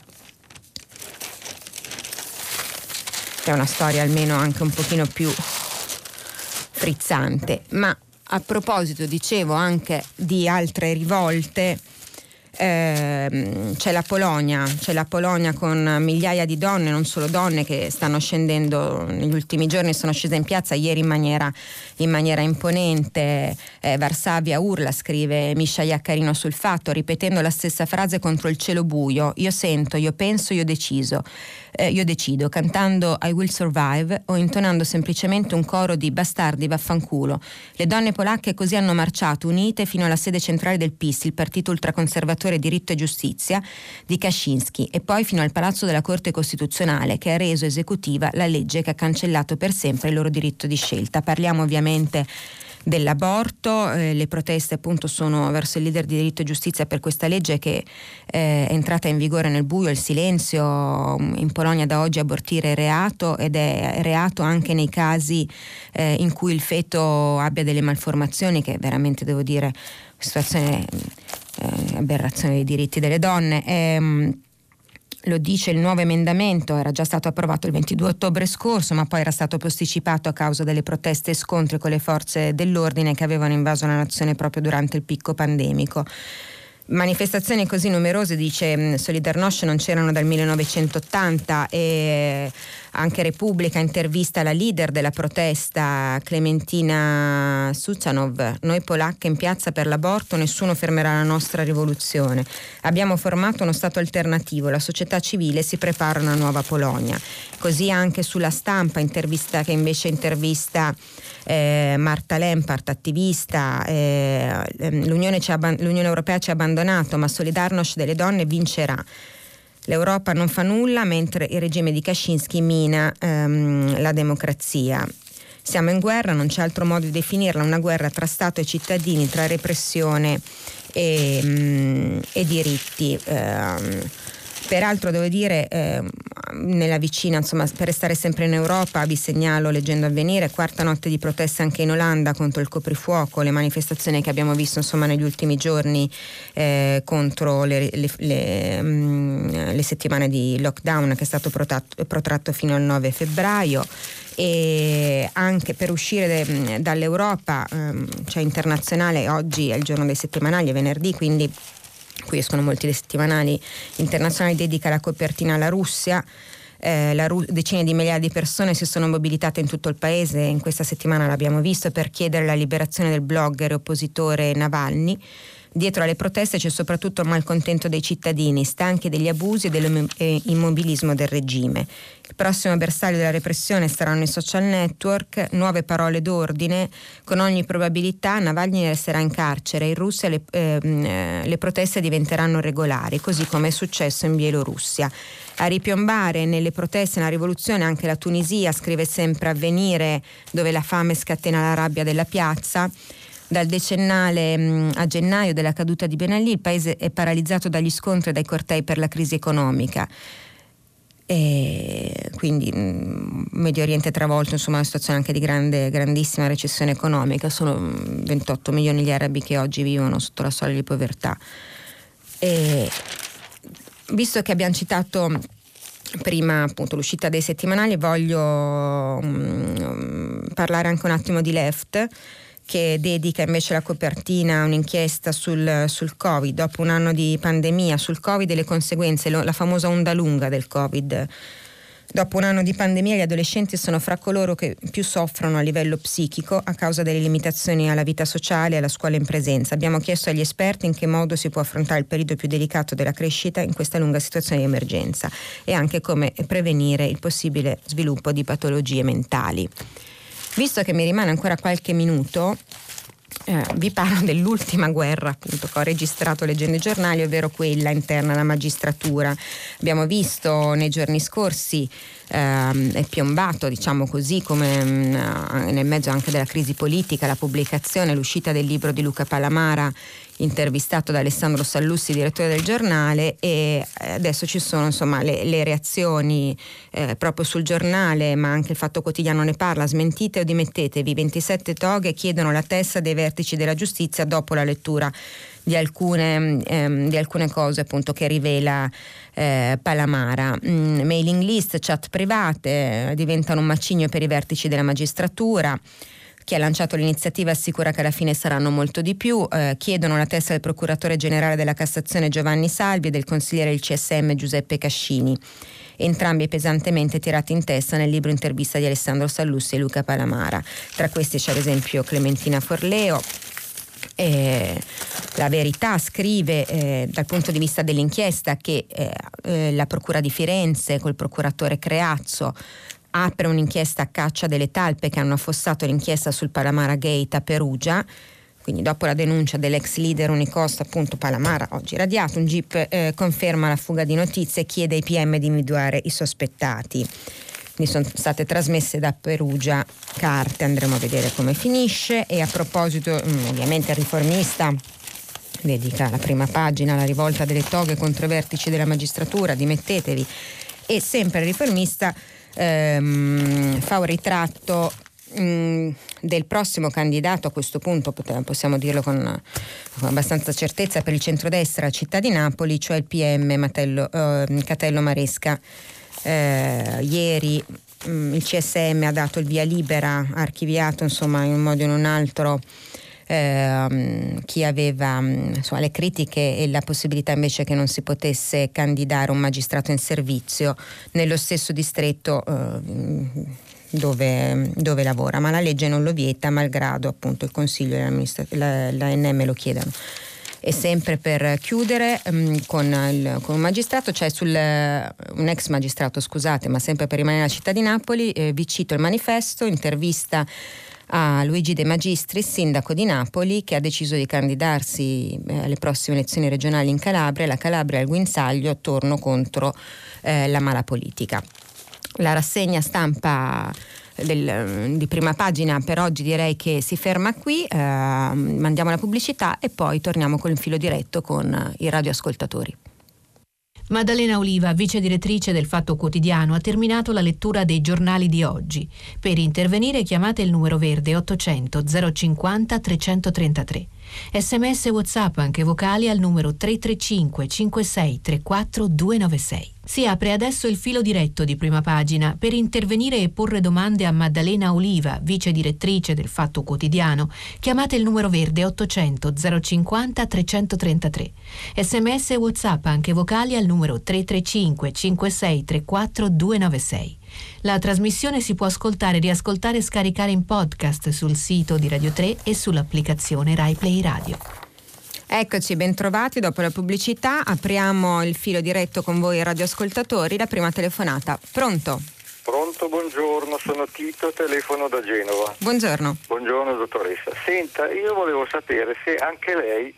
B: È una storia almeno anche un pochino più frizzante. Ma a proposito, dicevo, anche di altre rivolte, c'è la Polonia con migliaia di donne, non solo donne, che stanno scendendo negli ultimi giorni, sono scese in piazza ieri in maniera imponente. Varsavia urla, scrive Misha Iaccarino sul Fatto, ripetendo la stessa frase contro il cielo buio: io sento, io penso, io decido, cantando I Will Survive o intonando semplicemente un coro di bastardi vaffanculo. Le donne polacche così hanno marciato unite fino alla sede centrale del PiS, il partito ultraconservatore Diritto e Giustizia di Kaczynski, e poi fino al palazzo della Corte Costituzionale, che ha reso esecutiva la legge che ha cancellato per sempre il loro diritto di scelta. Parliamo ovviamente dell'aborto. Le proteste appunto sono verso il leader di Diritto e Giustizia per questa legge che è entrata in vigore nel buio, il silenzio. In Polonia da oggi abortire è reato, ed è reato anche nei casi in cui il feto abbia delle malformazioni, che veramente, devo dire, situazione aberrazione dei diritti delle donne. Lo dice il nuovo emendamento, era già stato approvato il 22 ottobre scorso, ma poi era stato posticipato a causa delle proteste e scontri con le forze dell'ordine che avevano invaso la nazione proprio durante il picco pandemico. Manifestazioni così numerose, dice Solidarnosc, non c'erano dal 1980, e anche Repubblica intervista la leader della protesta, Klementina Suchanov: noi polacche in piazza per l'aborto, nessuno fermerà la nostra rivoluzione. Abbiamo formato uno Stato alternativo, la società civile si prepara a una nuova Polonia. Così anche sulla Stampa, intervista Marta Lempart, attivista, l'Unione Europea ci ha abbandonato, ma Solidarnosc delle donne vincerà. L'Europa non fa nulla mentre il regime di Kaczynski mina la democrazia. Siamo in guerra, non c'è altro modo di definirla, una guerra tra Stato e cittadini, tra repressione e diritti. Peraltro devo dire, nella vicina, insomma, per restare sempre in Europa, vi segnalo, leggendo Avvenire, quarta notte di proteste anche in Olanda contro il coprifuoco, le manifestazioni che abbiamo visto, insomma, negli ultimi giorni contro le settimane di lockdown che è stato protratto fino al 9 febbraio. E anche per uscire dall'Europa, cioè internazionale, oggi è il giorno dei settimanali, è venerdì, quindi qui escono molti dei settimanali internazionali, dedica la copertina alla Russia. Decine di migliaia di persone si sono mobilitate in tutto il paese, in questa settimana l'abbiamo visto, per chiedere la liberazione del blogger e oppositore Navalny. Dietro alle proteste c'è soprattutto il malcontento dei cittadini, stanchi degli abusi e dell'immobilismo del regime. Il prossimo bersaglio della repressione saranno i social network, nuove parole d'ordine. Con ogni probabilità Navalny resterà in carcere. In Russia le proteste diventeranno regolari, così come è successo in Bielorussia. A ripiombare nelle proteste e nella rivoluzione anche la Tunisia, scrive sempre Avvenire, dove la fame scatena la rabbia della piazza. Dal decennale a gennaio della caduta di Ben Ali il paese è paralizzato dagli scontri e dai cortei per la crisi economica. E quindi Medio Oriente travolto, insomma, una situazione anche di grandissima recessione economica. Sono 28 milioni gli arabi che oggi vivono sotto la soglia di povertà. E visto che abbiamo citato prima appunto l'uscita dei settimanali, voglio parlare anche un attimo di Left, che dedica invece la copertina a un'inchiesta sul Covid, dopo un anno di pandemia, sul Covid e le conseguenze, la famosa onda lunga del Covid. Dopo un anno di pandemia gli adolescenti sono fra coloro che più soffrono a livello psichico a causa delle limitazioni alla vita sociale e alla scuola in presenza. Abbiamo chiesto agli esperti in che modo si può affrontare il periodo più delicato della crescita in questa lunga situazione di emergenza e anche come prevenire il possibile sviluppo di patologie mentali. Visto che mi rimane ancora qualche minuto, vi parlo dell'ultima guerra appunto che ho registrato leggendo i giornali, ovvero quella interna alla magistratura. Abbiamo visto nei giorni scorsi, è piombato, diciamo così, come nel mezzo anche della crisi politica, la pubblicazione, l'uscita del libro di Luca Palamara, intervistato da Alessandro Sallussi, direttore del giornale, e adesso ci sono, insomma, le reazioni proprio sul giornale, ma anche il Fatto Quotidiano ne parla: smentite o dimettetevi, 27 toghe chiedono la testa dei vertici della giustizia dopo la lettura di alcune cose appunto che rivela Palamara. Mailing list, chat private diventano un macigno per i vertici della magistratura. Chi ha lanciato l'iniziativa assicura che alla fine saranno molto di più. Chiedono la testa del procuratore generale della Cassazione Giovanni Salvi e del consigliere del CSM Giuseppe Cascini, entrambi pesantemente tirati in testa nel libro intervista di Alessandro Sallussi e Luca Palamara. Tra questi c'è ad esempio Clementina Forleo. La Verità scrive dal punto di vista dell'inchiesta che la Procura di Firenze col procuratore Creazzo apre un'inchiesta a caccia delle talpe che hanno affossato l'inchiesta sul Palamara Gate a Perugia. Quindi dopo la denuncia dell'ex leader Unicosta, appunto Palamara, oggi radiato, un GIP conferma la fuga di notizie e chiede ai PM di individuare i sospettati. Quindi sono state trasmesse da Perugia carte, andremo a vedere come finisce. E a proposito, ovviamente il Riformista dedica la prima pagina alla rivolta delle toghe contro i vertici della magistratura, dimettetevi. E sempre il Riformista fa un ritratto del prossimo candidato, a questo punto possiamo dirlo con abbastanza certezza, per il centrodestra a Città di Napoli, cioè il PM Catello Maresca. Ieri il CSM ha dato il via libera, ha archiviato, insomma, in un modo o in un altro chi aveva le critiche e la possibilità invece che non si potesse candidare un magistrato in servizio nello stesso distretto dove lavora, ma la legge non lo vieta, malgrado appunto il Consiglio e l'ANM lo chiedano. E sempre per chiudere con un magistrato, cioè un ex magistrato, scusate, ma sempre per rimanere nella città di Napoli, vi cito il manifesto, intervista a Luigi De Magistris, sindaco di Napoli, che ha deciso di candidarsi alle prossime elezioni regionali in Calabria. La Calabria al guinzaglio, torno contro la mala politica. La rassegna stampa di prima pagina per oggi direi che si ferma qui, mandiamo la pubblicità e poi torniamo con il filo diretto con i radioascoltatori.
A: Maddalena Oliva, vice direttrice del Fatto Quotidiano, ha terminato la lettura dei giornali di oggi. Per intervenire chiamate il numero verde 800 050 333. SMS WhatsApp anche vocali al numero 335 56 34 296. Si apre adesso il filo diretto di prima pagina. Per intervenire e porre domande a Maddalena Oliva, vice direttrice del Fatto Quotidiano, chiamate il numero verde 800 050 333. SMS WhatsApp anche vocali al numero 335 56 34 296. La trasmissione si può ascoltare, riascoltare e scaricare in podcast sul sito di Radio 3 e sull'applicazione Rai Play Radio.
B: Eccoci, bentrovati. Dopo la pubblicità apriamo il filo diretto con voi radioascoltatori. La prima telefonata. Pronto?
C: Pronto, buongiorno, sono Tito, telefono da Genova.
B: Buongiorno.
C: Buongiorno dottoressa. Senta, io volevo sapere se anche lei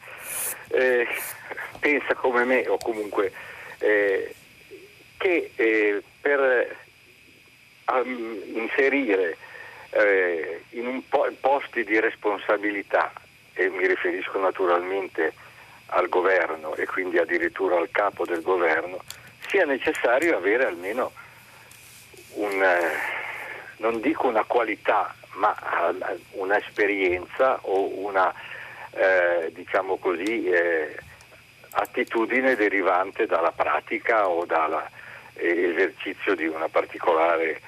C: pensa come me o comunque che per inserire in posti di responsabilità, e mi riferisco naturalmente al governo e quindi addirittura al capo del governo, sia necessario avere almeno non dico una qualità, ma un'esperienza o una diciamo così attitudine derivante dalla pratica o dall'esercizio di una particolare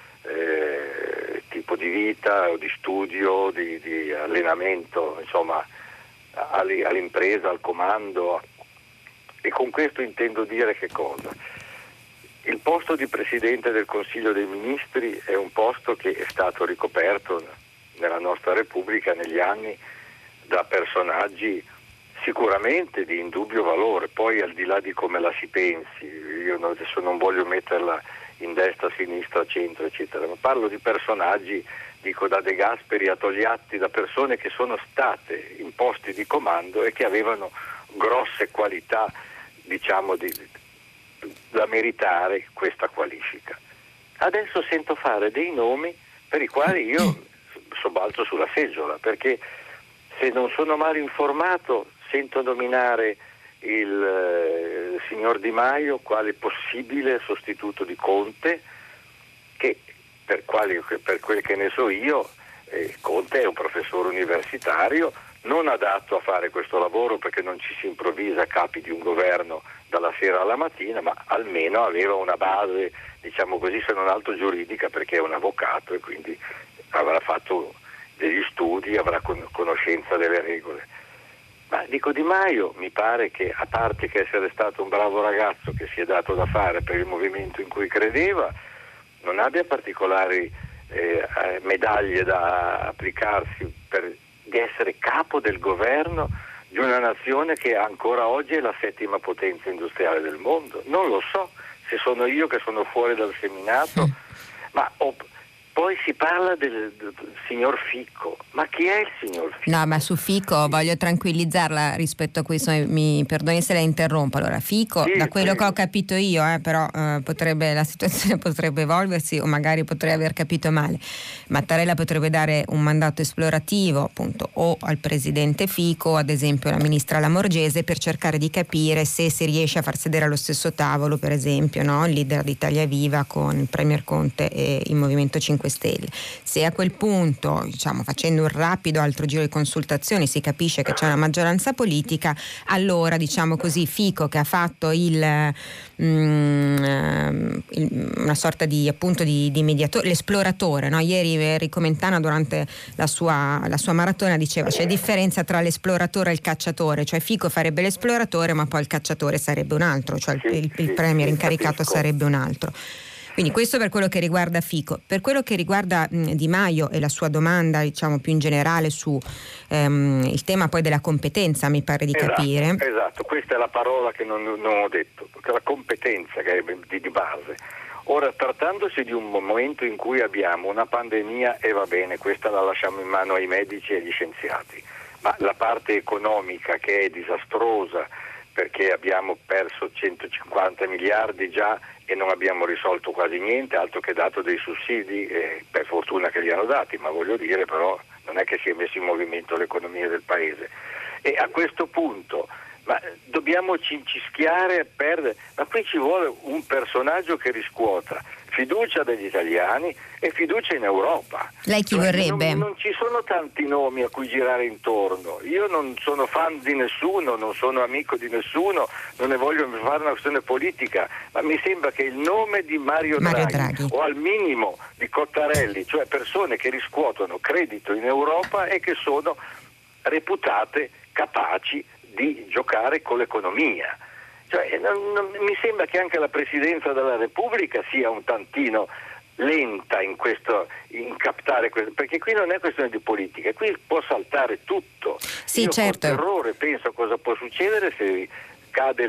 C: tipo di vita o di studio, di allenamento, insomma, all'impresa, al comando. E con questo intendo dire che cosa? Il posto di Presidente del Consiglio dei Ministri è un posto che è stato ricoperto nella nostra Repubblica negli anni da personaggi sicuramente di indubbio valore, poi al di là di come la si pensi, io adesso non voglio metterla in destra, sinistra, centro, eccetera, ma parlo di personaggi, dico da De Gasperi a Togliatti, da persone che sono state in posti di comando e che avevano grosse qualità, diciamo, da meritare questa qualifica. Adesso sento fare dei nomi per i quali io sobbalzo sulla seggiola, perché se non sono male informato sento nominare il signor Di Maio quale possibile sostituto di Conte, che per quel che ne so io Conte è un professore universitario non adatto a fare questo lavoro, perché non ci si improvvisa capi di un governo dalla sera alla mattina, ma almeno aveva una base, diciamo così, se non altro giuridica, perché è un avvocato e quindi avrà fatto degli studi, avrà conoscenza delle regole. Ma dico Di Maio, mi pare che, a parte che essere stato un bravo ragazzo che si è dato da fare per il movimento in cui credeva, non abbia particolari medaglie da applicarsi di essere capo del governo di una nazione che ancora oggi è la 7ª potenza industriale del mondo. Non lo so se sono io che sono fuori dal seminato, ma poi si parla del signor Fico. Ma chi è il signor Fico?
B: No, ma su Fico voglio tranquillizzarla rispetto a questo, mi perdoni se la interrompo. Allora, Fico, sì, da quello che ho capito io, però la situazione potrebbe evolversi o magari potrei aver capito male. Mattarella potrebbe dare un mandato esplorativo appunto o al presidente Fico, ad esempio alla ministra Lamorgese, per cercare di capire se si riesce a far sedere allo stesso tavolo, per esempio, no? Il leader di Italia Viva con il Premier Conte e il Movimento 5 Stelle. Se a quel punto, diciamo, facendo un rapido altro giro di consultazioni, si capisce che c'è una maggioranza politica, allora, diciamo così, Fico, che ha fatto una una sorta di appunto di mediatore, l'esploratore, no? Ieri Enrico Mentana durante la sua maratona diceva c'è differenza tra l'esploratore e il cacciatore, cioè Fico farebbe l'esploratore ma poi il cacciatore sarebbe un altro, cioè il premier incaricato sarebbe un altro. Quindi questo per quello che riguarda Fico. Per quello che riguarda Di Maio e la sua domanda, diciamo, più in generale su il tema poi della competenza, mi pare di capire.
C: Esatto, questa è la parola che non ho detto, la competenza che è di base. Ora, trattandosi di un momento in cui abbiamo una pandemia, e va bene, questa la lasciamo in mano ai medici e agli scienziati, ma la parte economica che è disastrosa, perché abbiamo perso 150 miliardi già e non abbiamo risolto quasi niente, altro che dato dei sussidi, per fortuna che li hanno dati, ma voglio dire però non è che si è messo in movimento l'economia del paese. E a questo punto dobbiamo cincischiare e perdere, ma qui ci vuole un personaggio che riscuota fiducia degli italiani e fiducia in Europa.
B: Lei chi vorrebbe?
C: Non ci sono tanti nomi a cui girare intorno. Io non sono fan di nessuno, non sono amico di nessuno, non ne voglio fare una questione politica, ma mi sembra che il nome di Mario Draghi o al minimo di Cottarelli, cioè persone che riscuotono credito in Europa e che sono reputate capaci di giocare con l'economia. Cioè, mi sembra che anche la Presidenza della Repubblica sia un tantino lenta in captare questo, perché qui non è questione di politica, qui può saltare tutto.
B: Sì,
C: io
B: certo.
C: Con terrore penso a cosa può succedere se cade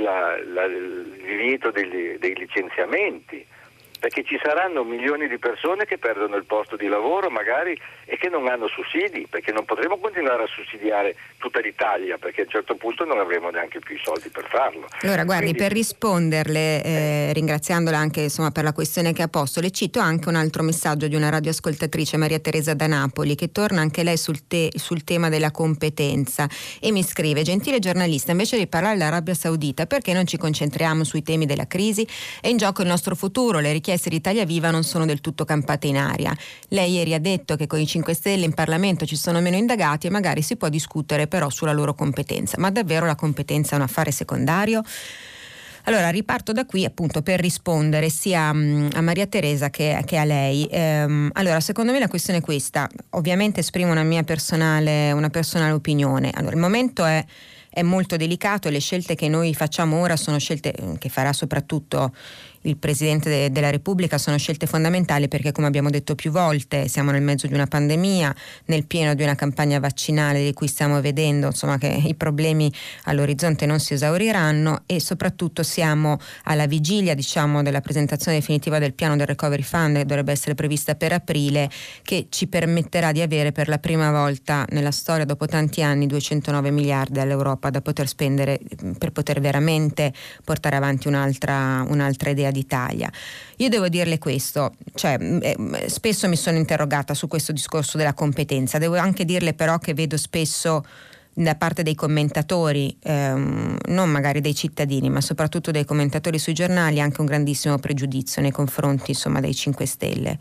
C: il divieto dei licenziamenti, perché ci saranno milioni di persone che perdono il posto di lavoro magari e che non hanno sussidi, perché non potremo continuare a sussidiare tutta l'Italia, perché a un certo punto non avremo neanche più i soldi per farlo.
B: Allora guardi, per risponderle, ringraziandola anche insomma per la questione che ha posto, le cito anche un altro messaggio di una radioascoltatrice, Maria Teresa da Napoli, che torna anche lei sul tema della competenza e mi scrive: gentile giornalista, invece di parlare dell'Arabia Saudita, perché non ci concentriamo sui temi della crisi? È in gioco il nostro futuro, le richieste di Italia Viva non sono del tutto campate in aria. Lei ieri ha detto che con i 5 Stelle in Parlamento ci sono meno indagati e magari si può discutere però sulla loro competenza, ma davvero la competenza è un affare secondario? Allora riparto da qui appunto per rispondere sia a Maria Teresa che a lei. Allora secondo me la questione è questa, ovviamente esprimo una personale opinione. Allora il momento è molto delicato e le scelte che noi facciamo ora sono scelte che farà soprattutto il Presidente della Repubblica, sono scelte fondamentali perché, come abbiamo detto più volte, siamo nel mezzo di una pandemia, nel pieno di una campagna vaccinale di cui stiamo vedendo insomma che i problemi all'orizzonte non si esauriranno e soprattutto siamo alla vigilia diciamo della presentazione definitiva del piano del Recovery Fund che dovrebbe essere prevista per aprile, che ci permetterà di avere per la prima volta nella storia dopo tanti anni 209 miliardi all'Europa da poter spendere per poter veramente portare avanti un'altra idea d'Italia. Io devo dirle questo, cioè spesso mi sono interrogata su questo discorso della competenza, devo anche dirle però che vedo spesso da parte dei commentatori, non magari dei cittadini, ma soprattutto dei commentatori sui giornali, anche un grandissimo pregiudizio nei confronti insomma dei 5 Stelle.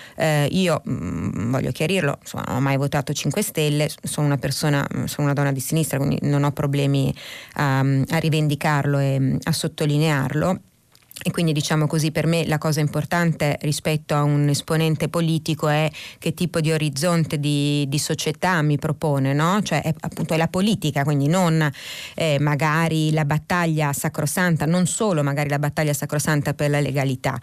B: Io voglio chiarirlo, insomma, non ho mai votato 5 Stelle, sono una donna di sinistra, quindi non ho problemi a rivendicarlo e a sottolinearlo. E quindi diciamo così, per me la cosa importante rispetto a un esponente politico è che tipo di orizzonte di società mi propone, no? Cioè appunto è la politica, quindi non magari la battaglia sacrosanta, non solo magari la battaglia sacrosanta per la legalità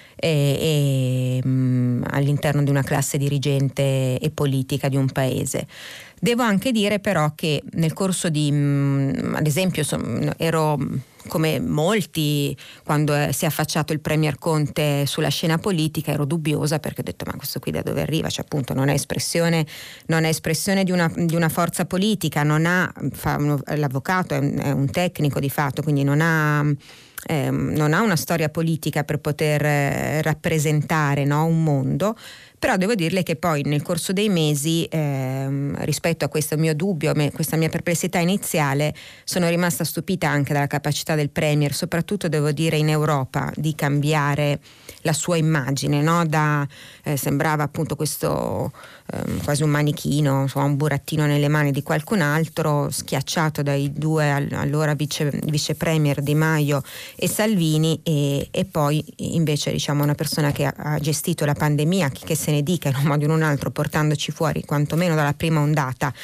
B: all'interno di una classe dirigente e politica di un paese. Devo anche dire però che nel corso ad esempio ero come molti quando si è affacciato il Premier Conte sulla scena politica, ero dubbiosa perché ho detto ma questo qui da dove arriva? Cioè appunto non è espressione di una forza politica, l'avvocato è un tecnico di fatto, quindi non ha una storia politica per poter rappresentare, no, un mondo. Però devo dirle che poi nel corso dei mesi, rispetto a questo mio dubbio, questa mia perplessità iniziale, sono rimasta stupita anche dalla capacità del Premier, soprattutto devo dire in Europa, di cambiare la sua immagine, no? Sembrava appunto questo quasi un manichino, insomma, un burattino nelle mani di qualcun altro, schiacciato dai due allora vice premier Di Maio e Salvini, e poi invece diciamo una persona che ha gestito la pandemia, che se ne dica in un modo o in un altro, portandoci fuori quantomeno dalla prima ondata,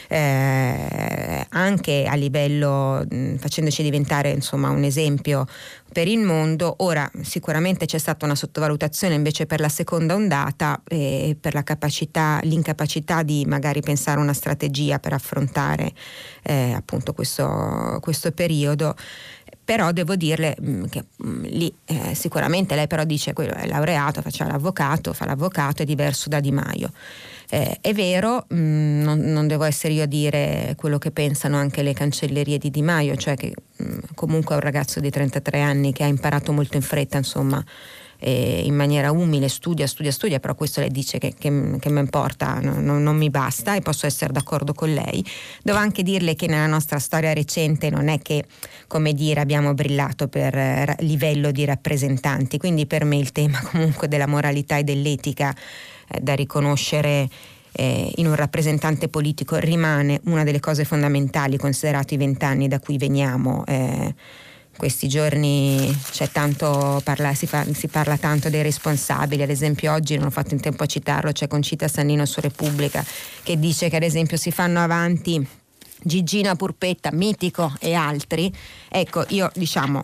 B: anche a livello, facendoci diventare insomma un esempio per il mondo. Ora sicuramente c'è stata una sottovalutazione invece per la seconda ondata, per l'incapacità di magari pensare una strategia per affrontare appunto questo periodo. Però devo dirle che lì sicuramente lei però dice quello è laureato, fa l'avvocato, è diverso da Di Maio. È vero, non devo essere io a dire quello che pensano anche le cancellerie di Di Maio, cioè che comunque è un ragazzo di 33 anni che ha imparato molto in fretta, insomma, in maniera umile, studia, però questo lei dice che mi importa, non mi basta, e posso essere d'accordo con lei. Devo anche dirle che nella nostra storia recente non è che, come dire, abbiamo brillato per livello di rappresentanti, quindi per me il tema comunque della moralità e dell'etica da riconoscere in un rappresentante politico rimane una delle cose fondamentali, considerato i 20 anni da cui veniamo. Questi giorni si parla tanto dei responsabili, ad esempio oggi, non ho fatto in tempo a citarlo, c'è Concita Sannino su Repubblica che dice che ad esempio si fanno avanti Gigina Purpetta, mitico, e altri. Ecco, io diciamo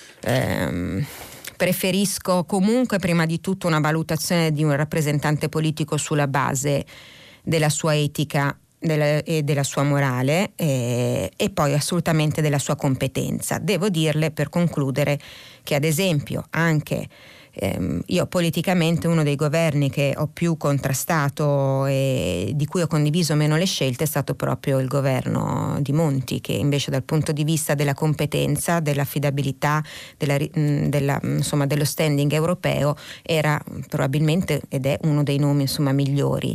B: preferisco comunque prima di tutto una valutazione di un rappresentante politico sulla base della sua etica e della sua morale, e poi assolutamente della sua competenza. Devo dirle, per concludere, che ad esempio anche io politicamente uno dei governi che ho più contrastato e di cui ho condiviso meno le scelte è stato proprio il governo di Monti, che invece dal punto di vista della competenza, dell'affidabilità, insomma dello standing europeo era probabilmente ed è uno dei nomi insomma migliori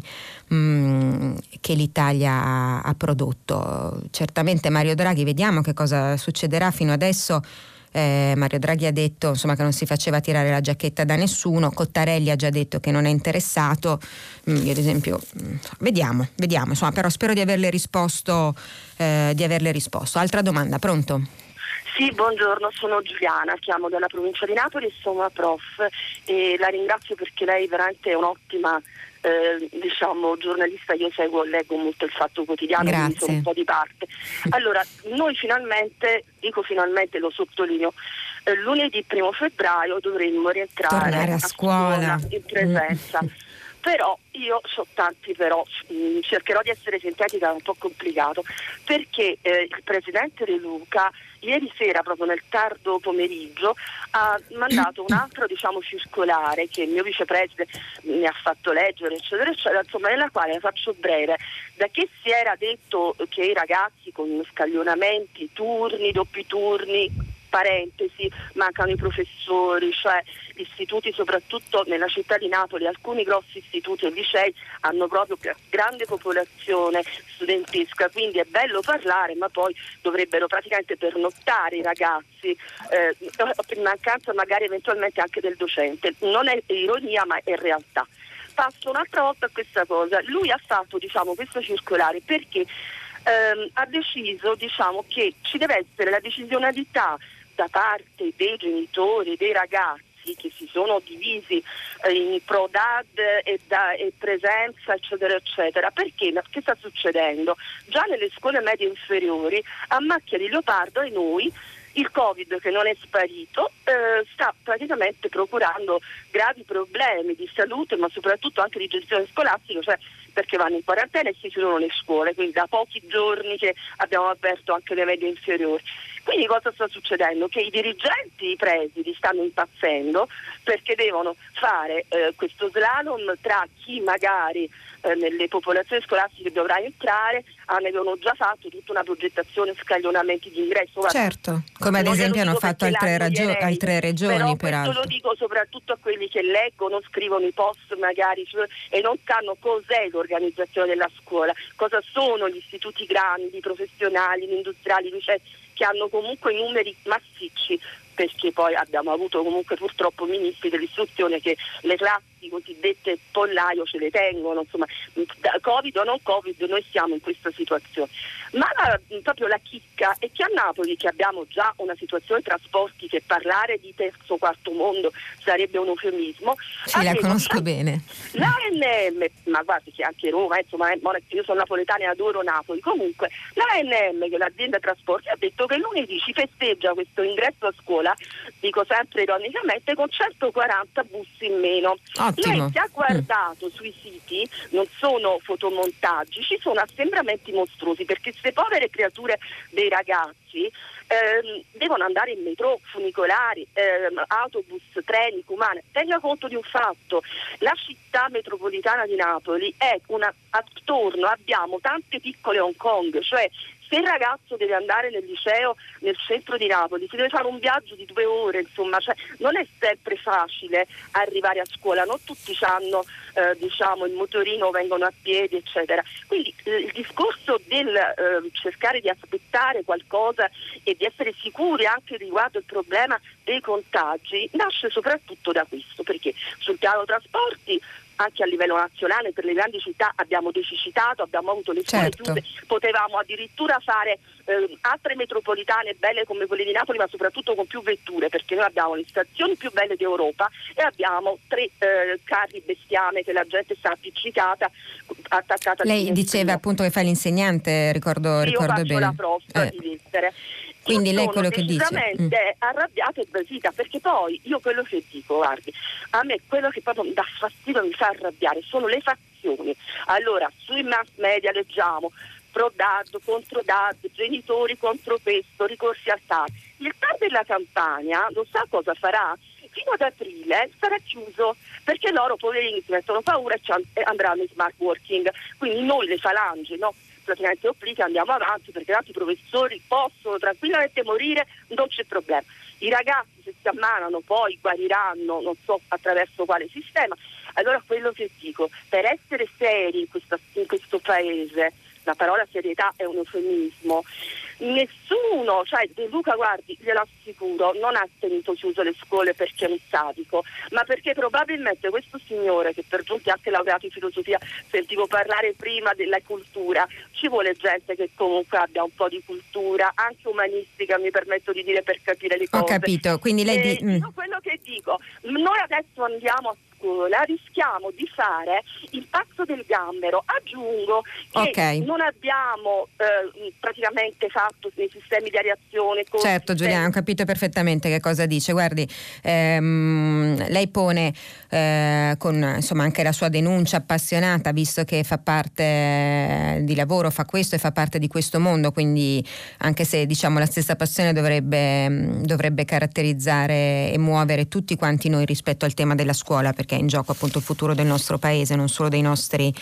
B: che l'Italia ha prodotto. Certamente Mario Draghi, vediamo che cosa succederà. Fino adesso Mario Draghi ha detto insomma che non si faceva tirare la giacchetta da nessuno, Cottarelli ha già detto che non è interessato. Io ad esempio vediamo insomma, però spero di averle risposto. Altra domanda, pronto?
D: Sì, buongiorno, sono Giuliana, chiamo dalla provincia di Napoli e sono una prof e la ringrazio perché lei veramente è un'ottima giornalista. Io leggo molto il Fatto Quotidiano, quindi sono un po' di parte. Allora, noi finalmente, lo sottolineo, lunedì 1 febbraio dovremmo rientrare a scuola in presenza. Però io so tanti però, cercherò di essere sintetica, è un po' complicato, perché il presidente De Luca ieri sera, proprio nel tardo pomeriggio, ha mandato un altro circolare che il mio vicepresidente mi ha fatto leggere, eccetera, eccetera, insomma, nella quale, faccio breve, da che si era detto che i ragazzi con scaglionamenti, turni, doppi turni, parentesi, mancano i professori, cioè gli istituti, soprattutto nella città di Napoli, alcuni grossi istituti e licei hanno proprio grande popolazione studentesca, quindi è bello parlare, ma poi dovrebbero praticamente pernottare i ragazzi, per mancanza magari eventualmente anche del docente. Non è ironia, ma è realtà. Passo un'altra volta a questa cosa. Lui ha fatto questo circolare perché ha deciso che ci deve essere la decisionalità da parte dei genitori, dei ragazzi che si sono divisi in pro dad e presenza, eccetera eccetera. Perché? Che sta succedendo? Già nelle scuole medie inferiori, a macchia di leopardo, e noi il Covid, che non è sparito, sta praticamente procurando gravi problemi di salute, ma soprattutto anche di gestione scolastica, cioè perché vanno in quarantena e si chiudono le scuole, quindi da pochi giorni che abbiamo aperto anche le medie inferiori. Quindi cosa sta succedendo? Che i dirigenti, i presidi stanno impazzendo perché devono fare questo slalom tra chi magari nelle popolazioni scolastiche dovrà entrare, avevano già fatto tutta una progettazione, scaglionamenti di ingresso. Guarda,
B: certo, come ad esempio hanno fatto altre regioni, peraltro.
D: Questo lo dico soprattutto a quelli che leggono, scrivono i post magari e non sanno cos'è l'organizzazione della scuola, cosa sono gli istituti grandi, professionali, industriali, licei, che hanno comunque numeri massicci, perché poi abbiamo avuto comunque purtroppo ministri dell'istruzione che le classi cosiddette pollaio ce le tengono, insomma, Covid o non Covid, noi siamo in questa situazione. Ma proprio la chicca è che a Napoli, che abbiamo già una situazione trasporti che parlare di terzo quarto mondo sarebbe un eufemismo.
B: Sì, la conosco bene.
D: L'ANM, ma guardi che anche Roma, insomma, io sono napoletana e adoro Napoli, comunque l'ANM, che è l'azienda trasporti, ha detto che lunedì ci festeggia questo ingresso a scuola, dico sempre ironicamente, con 140 bus in meno.
B: Ottimo.
D: Lei si ha guardato sui siti, non sono fotomontaggi, ci sono assembramenti mostruosi, perché queste povere creature dei ragazzi devono andare in metro, funicolari, autobus, treni, cumane. Tenga conto di un fatto: la città metropolitana di Napoli è attorno abbiamo tante piccole Hong Kong, cioè se il ragazzo deve andare nel liceo nel centro di Napoli, si deve fare un viaggio di 2 ore, insomma, cioè, non è sempre facile arrivare a scuola, non tutti hanno il motorino, vengono a piedi, eccetera. Quindi il discorso del cercare di aspettare qualcosa e di essere sicuri anche riguardo il problema dei contagi nasce soprattutto da questo, perché sul piano trasporti anche a livello nazionale per le grandi città abbiamo deficitato, abbiamo avuto le scuole chiuse, potevamo addirittura fare altre metropolitane belle come quelle di Napoli, ma soprattutto con più vetture, perché noi abbiamo le stazioni più belle d'Europa e abbiamo 3 carri bestiame che la gente sta appiccicata, attaccata.
B: Lei diceva appunto che fa l'insegnante, ricordo bene.
D: Io faccio la prof di lettere.
B: Quindi lei quello che dice
D: decisamente arrabbiata e basita, perché poi io quello che dico, guardi, a me quello che proprio mi dà fastidio, mi fa arrabbiare sono le fazioni. Allora, sui mass media leggiamo pro DAD, contro DAD, genitori contro questo, ricorsi al TAR. Il TAR della Campania lo sa cosa farà? Fino ad aprile sarà chiuso, perché loro poverini si mettono paura e andranno in smart working. Quindi noi le falangi, no? Praticamente obbliga, andiamo avanti, perché tanti professori possono tranquillamente morire, non c'è problema. I ragazzi, se si ammalano, poi guariranno, non so attraverso quale sistema. Allora quello che dico, per essere seri in questo paese, la parola serietà è un eufemismo, nessuno, cioè De Luca, guardi, glielo assicuro, non ha tenuto chiuse le scuole perché è un sadico, ma perché probabilmente questo signore, che per giunta è anche laureato in filosofia, sentivo parlare prima della cultura, ci vuole gente che comunque abbia un po' di cultura, anche umanistica, mi permetto di dire, per capire le cose.
B: Ho capito, quindi lei
D: io quello che dico, noi adesso andiamo a scuola, rischiamo di fare il pazzo del gambero. Aggiungo che non abbiamo praticamente fatto dei sistemi di areazione.
B: Certo, Giuliana, ho capito perfettamente che cosa dice. Guardi, lei pone con insomma anche la sua denuncia appassionata, visto che fa parte di lavoro, fa questo e fa parte di questo mondo, quindi anche se diciamo la stessa passione dovrebbe caratterizzare e muovere tutti quanti noi rispetto al tema della scuola, perché è in gioco appunto il futuro del nostro paese, non solo dei nostri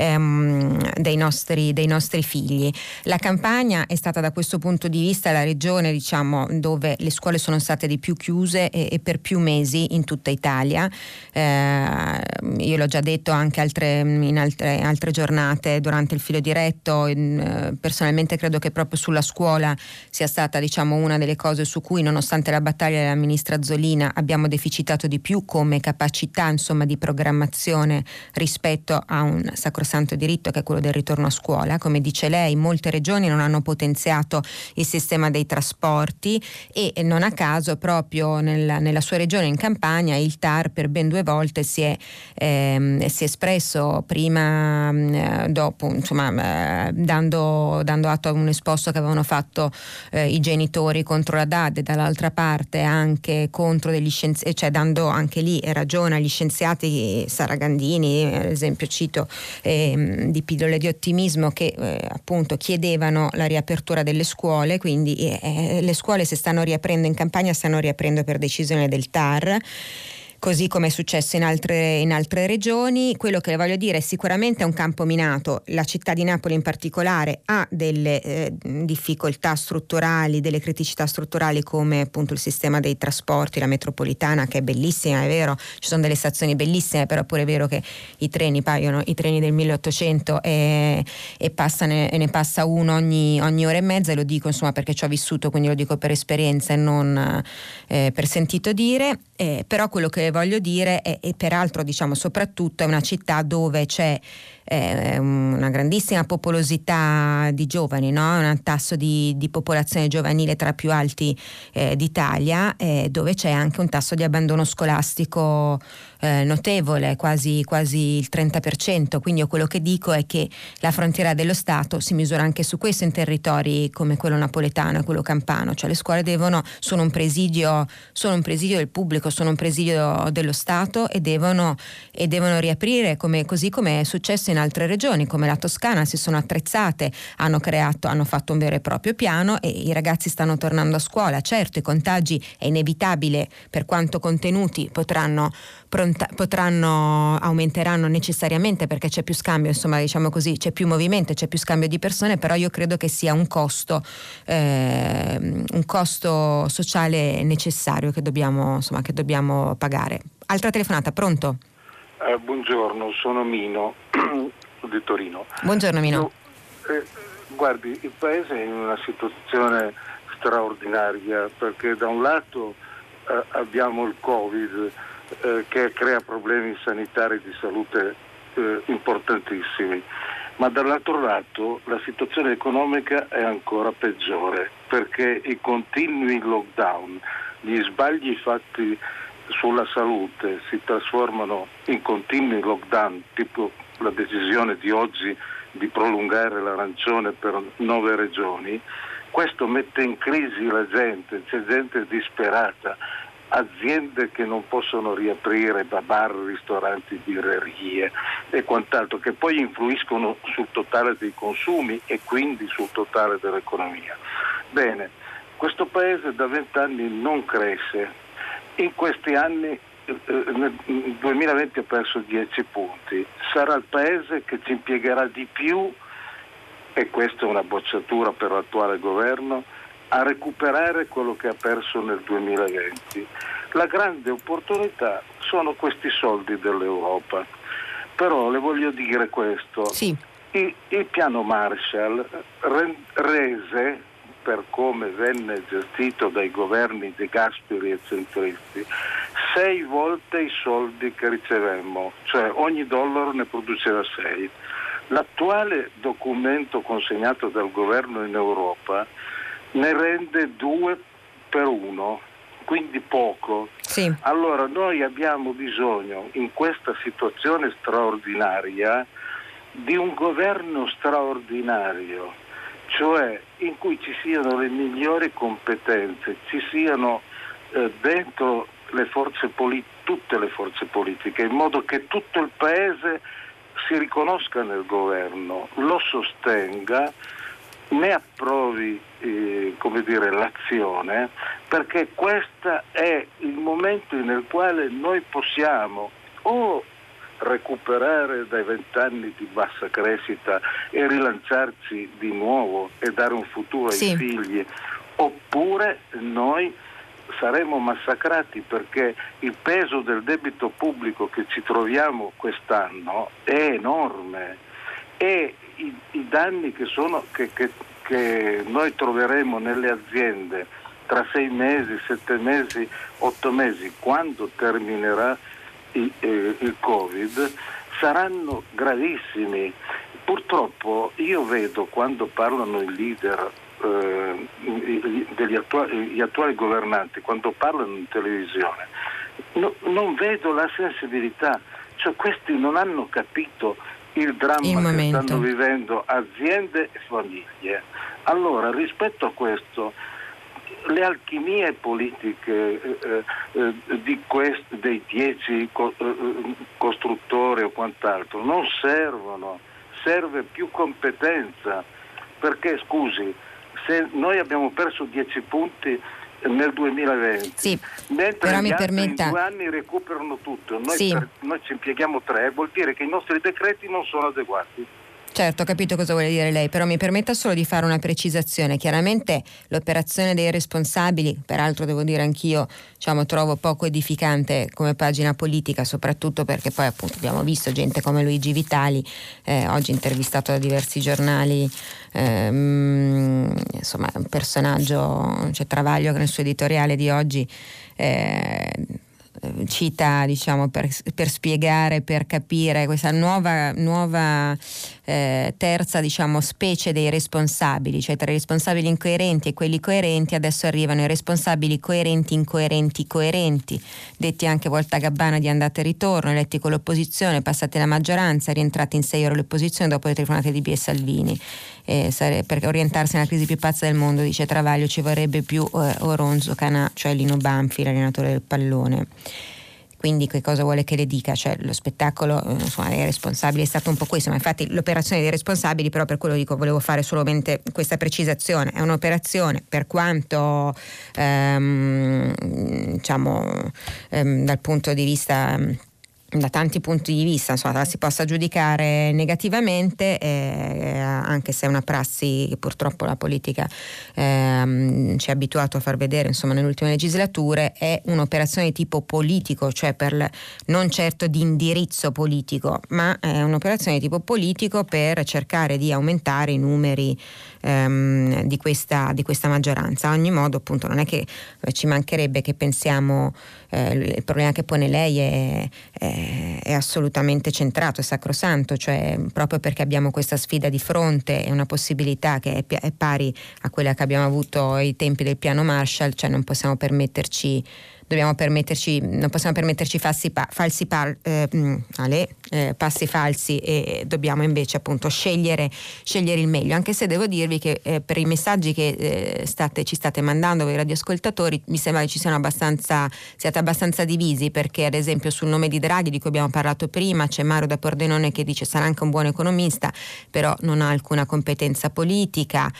B: figli. La Campania è stata da questo punto di vista la regione, diciamo, dove le scuole sono state di più chiuse e per più mesi in tutta Italia. Io l'ho già detto anche in altre giornate durante il filo diretto, personalmente credo che proprio sulla scuola sia stata, diciamo, una delle cose su cui, nonostante la battaglia della ministra Azzolina, abbiamo deficitato di più come capacità, insomma, di programmazione rispetto a un sacrosanto diritto che è quello del ritorno a scuola. Come dice lei, molte regioni non hanno potenziato il sistema dei trasporti e non a caso proprio nella sua regione, in Campania, il TAR per ben 2 volte si è espresso, prima dopo, insomma, dando atto a un esposto che avevano fatto i genitori contro la DAD, e dall'altra parte anche contro degli scienziati, cioè dando anche lì ragione agli scienziati Saragandini, ad esempio cito, di Pillole di ottimismo, che appunto chiedevano la riapertura delle scuole. Quindi le scuole, se stanno riaprendo in Campania, stanno riaprendo per decisione del TAR. così come è successo in altre regioni. Quello che le voglio dire è sicuramente è un campo minato. La città di Napoli in particolare ha delle difficoltà strutturali, delle criticità strutturali, come appunto il sistema dei trasporti, la metropolitana, che è bellissima, è vero, ci sono delle stazioni bellissime, però pure è vero che i treni paiono i treni del 1800 e ne passa uno ogni ora e mezza, e lo dico insomma perché ci ho vissuto, quindi lo dico per esperienza e non per sentito dire. Però quello che voglio dire è, e peraltro diciamo soprattutto, è una città dove c'è una grandissima popolosità di giovani, no? Un tasso di popolazione giovanile tra i più alti d'Italia, dove c'è anche un tasso di abbandono scolastico notevole, quasi il 30%. Quindi io quello che dico è che la frontiera dello Stato si misura anche su questo in territori come quello napoletano e quello campano, cioè le scuole sono un presidio del pubblico, sono un presidio dello Stato e devono riaprire, così come è successo in altre regioni come la Toscana. Si sono attrezzate, hanno fatto un vero e proprio piano e i ragazzi stanno tornando a scuola. Certo, i contagi è inevitabile, per quanto contenuti aumenteranno necessariamente perché c'è più scambio, insomma, diciamo così, c'è più movimento, c'è più scambio di persone, però io credo che sia un costo sociale necessario che dobbiamo pagare. Altra telefonata, pronto?
E: Buongiorno, sono Mino di Torino.
B: Buongiorno Mino.
E: Guardi, il paese è in una situazione straordinaria, perché da un lato abbiamo il Covid che crea problemi sanitari di salute importantissimi, ma dall'altro lato la situazione economica è ancora peggiore, perché i continui lockdown, gli sbagli fatti sulla salute si trasformano in continui lockdown, tipo la decisione di oggi di prolungare l'arancione per 9 regioni. Questo mette in crisi la gente, c'è gente disperata, aziende che non possono riaprire, bar, ristoranti, birrerie e quant'altro, che poi influiscono sul totale dei consumi e quindi sul totale dell'economia. Bene, questo paese da 20 anni non cresce. In questi anni, nel 2020 ha perso 10 punti. Sarà il paese che ci impiegherà di più, e questa è una bocciatura per l'attuale governo, a recuperare quello che ha perso nel 2020. La grande opportunità sono questi soldi dell'Europa. Però le voglio dire questo.
B: Sì.
E: Il piano Marshall rese, per come venne gestito dai governi De Gasperi e centristi, 6 volte i soldi che ricevemmo, cioè ogni dollaro ne produceva 6. L'attuale documento consegnato dal governo in Europa ne rende 2 per 1, quindi poco.
B: Sì.
E: Allora noi abbiamo bisogno in questa situazione straordinaria di un governo straordinario, cioè in cui ci siano le migliori competenze, ci siano dentro tutte le forze politiche, in modo che tutto il paese si riconosca nel governo, lo sostenga, ne approvi l'azione, perché questo è il momento nel quale noi possiamo o recuperare dai 20 anni di bassa crescita e rilanciarci di nuovo e dare un futuro ai figli, oppure noi saremo massacrati, perché il peso del debito pubblico che ci troviamo quest'anno è enorme e i danni che noi troveremo nelle aziende tra 6 mesi, 7 mesi, 8 mesi, quando terminerà il Covid, saranno gravissimi. Purtroppo io vedo, quando parlano i leader gli attuali governanti, quando parlano in televisione, non vedo la sensibilità, cioè questi non hanno capito il dramma che stanno vivendo aziende e famiglie. Allora, rispetto a questo, le alchimie politiche dei 10 costruttori o quant'altro non servono, serve più competenza, perché scusi, se noi abbiamo perso 10 punti nel 2020,
B: sì,
E: mentre
B: però
E: gli
B: mi
E: altri
B: permetta...
E: in 2 anni recuperano tutto. Noi,
B: sì.
E: noi ci impieghiamo 3, vuol dire che i nostri decreti non sono adeguati.
B: Certo, ho capito cosa vuole dire lei, però mi permetta solo di fare una precisazione. Chiaramente l'operazione dei responsabili, peraltro devo dire anch'io, trovo poco edificante come pagina politica, soprattutto perché poi appunto abbiamo visto gente come Luigi Vitali, oggi intervistato da diversi giornali, insomma un personaggio, c'è Travaglio che nel suo editoriale di oggi cita, per spiegare, per capire questa nuova terza, specie dei responsabili, cioè tra i responsabili incoerenti e quelli coerenti adesso arrivano i responsabili coerenti, incoerenti, coerenti, detti anche voltagabbana di andata e ritorno, eletti con l'opposizione, passati la maggioranza, rientrati in 6 ore l'opposizione dopo le telefonate di B e Salvini. Per orientarsi nella crisi più pazza del mondo, dice Travaglio, ci vorrebbe più Oronzo Canà, cioè Lino Banfi, l'allenatore del pallone. Quindi che cosa vuole che le dica? Cioè lo spettacolo, dei responsabili è stato un po' questo, ma infatti l'operazione dei responsabili, però per quello dico, volevo fare solamente questa precisazione, è un'operazione per quanto dal punto di vista, da tanti punti di vista, la si possa giudicare negativamente, anche se è una prassi che purtroppo la politica ci ha abituato a far vedere nelle ultime legislature, è un'operazione di tipo politico, cioè non certo di indirizzo politico, ma è un'operazione di tipo politico per cercare di aumentare i numeri di questa maggioranza. A ogni modo, appunto, non è che ci mancherebbe che pensiamo, il problema che pone lei è assolutamente centrato, è sacrosanto, cioè proprio perché abbiamo questa sfida di fronte e una possibilità che è pari a quella che abbiamo avuto ai tempi del piano Marshall, cioè non possiamo permetterci passi falsi, e dobbiamo invece appunto scegliere il meglio, anche se devo dirvi che per i messaggi che ci state mandando voi radioascoltatori mi sembra che siate abbastanza divisi, perché ad esempio sul nome di Draghi, di cui abbiamo parlato prima, c'è Mario da Pordenone che dice sarà anche un buon economista però non ha alcuna competenza politica,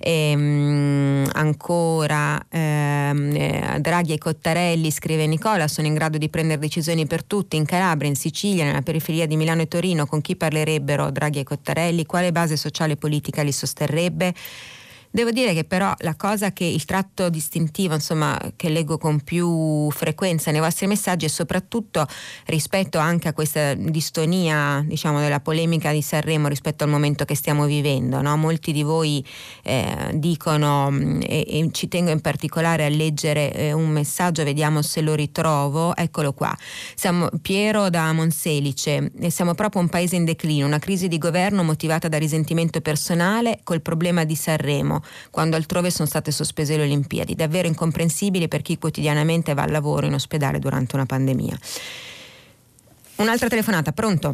B: ancora Draghi e Cottarelli, scrive Nicola, sono in grado di prendere decisioni per tutti, in Calabria, in Sicilia, nella periferia di Milano e Torino. Con chi parlerebbero Draghi e Cottarelli? Quale base sociale e politica li sosterrebbe? Devo dire che però la cosa che il tratto distintivo, che leggo con più frequenza nei vostri messaggi è soprattutto rispetto anche a questa distonia, della polemica di Sanremo rispetto al momento che stiamo vivendo, no? Molti di voi dicono, e ci tengo in particolare a leggere un messaggio, vediamo se lo ritrovo, eccolo qua. Piero da Monselice, siamo proprio un paese in declino, una crisi di governo motivata da risentimento personale col problema di Sanremo, quando altrove sono state sospese le Olimpiadi, davvero incomprensibile per chi quotidianamente va al lavoro in ospedale durante una pandemia. Un'altra telefonata, pronto?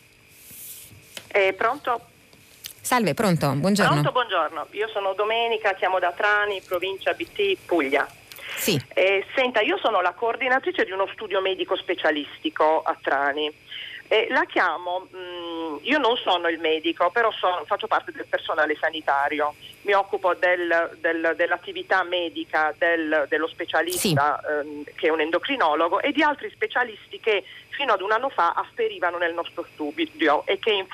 F: Pronto?
B: Salve, pronto, buongiorno.
F: Pronto, buongiorno, io sono Domenica, chiamo da Trani, provincia BT, Puglia.
B: Sì.
F: Senta, io sono la coordinatrice di uno studio medico specialistico a Trani. La chiamo, io non sono il medico, però faccio parte del personale sanitario, mi occupo dell'attività medica dello specialista, sì, che è un endocrinologo, e di altri specialisti che fino ad un anno fa afferivano nel nostro studio e che in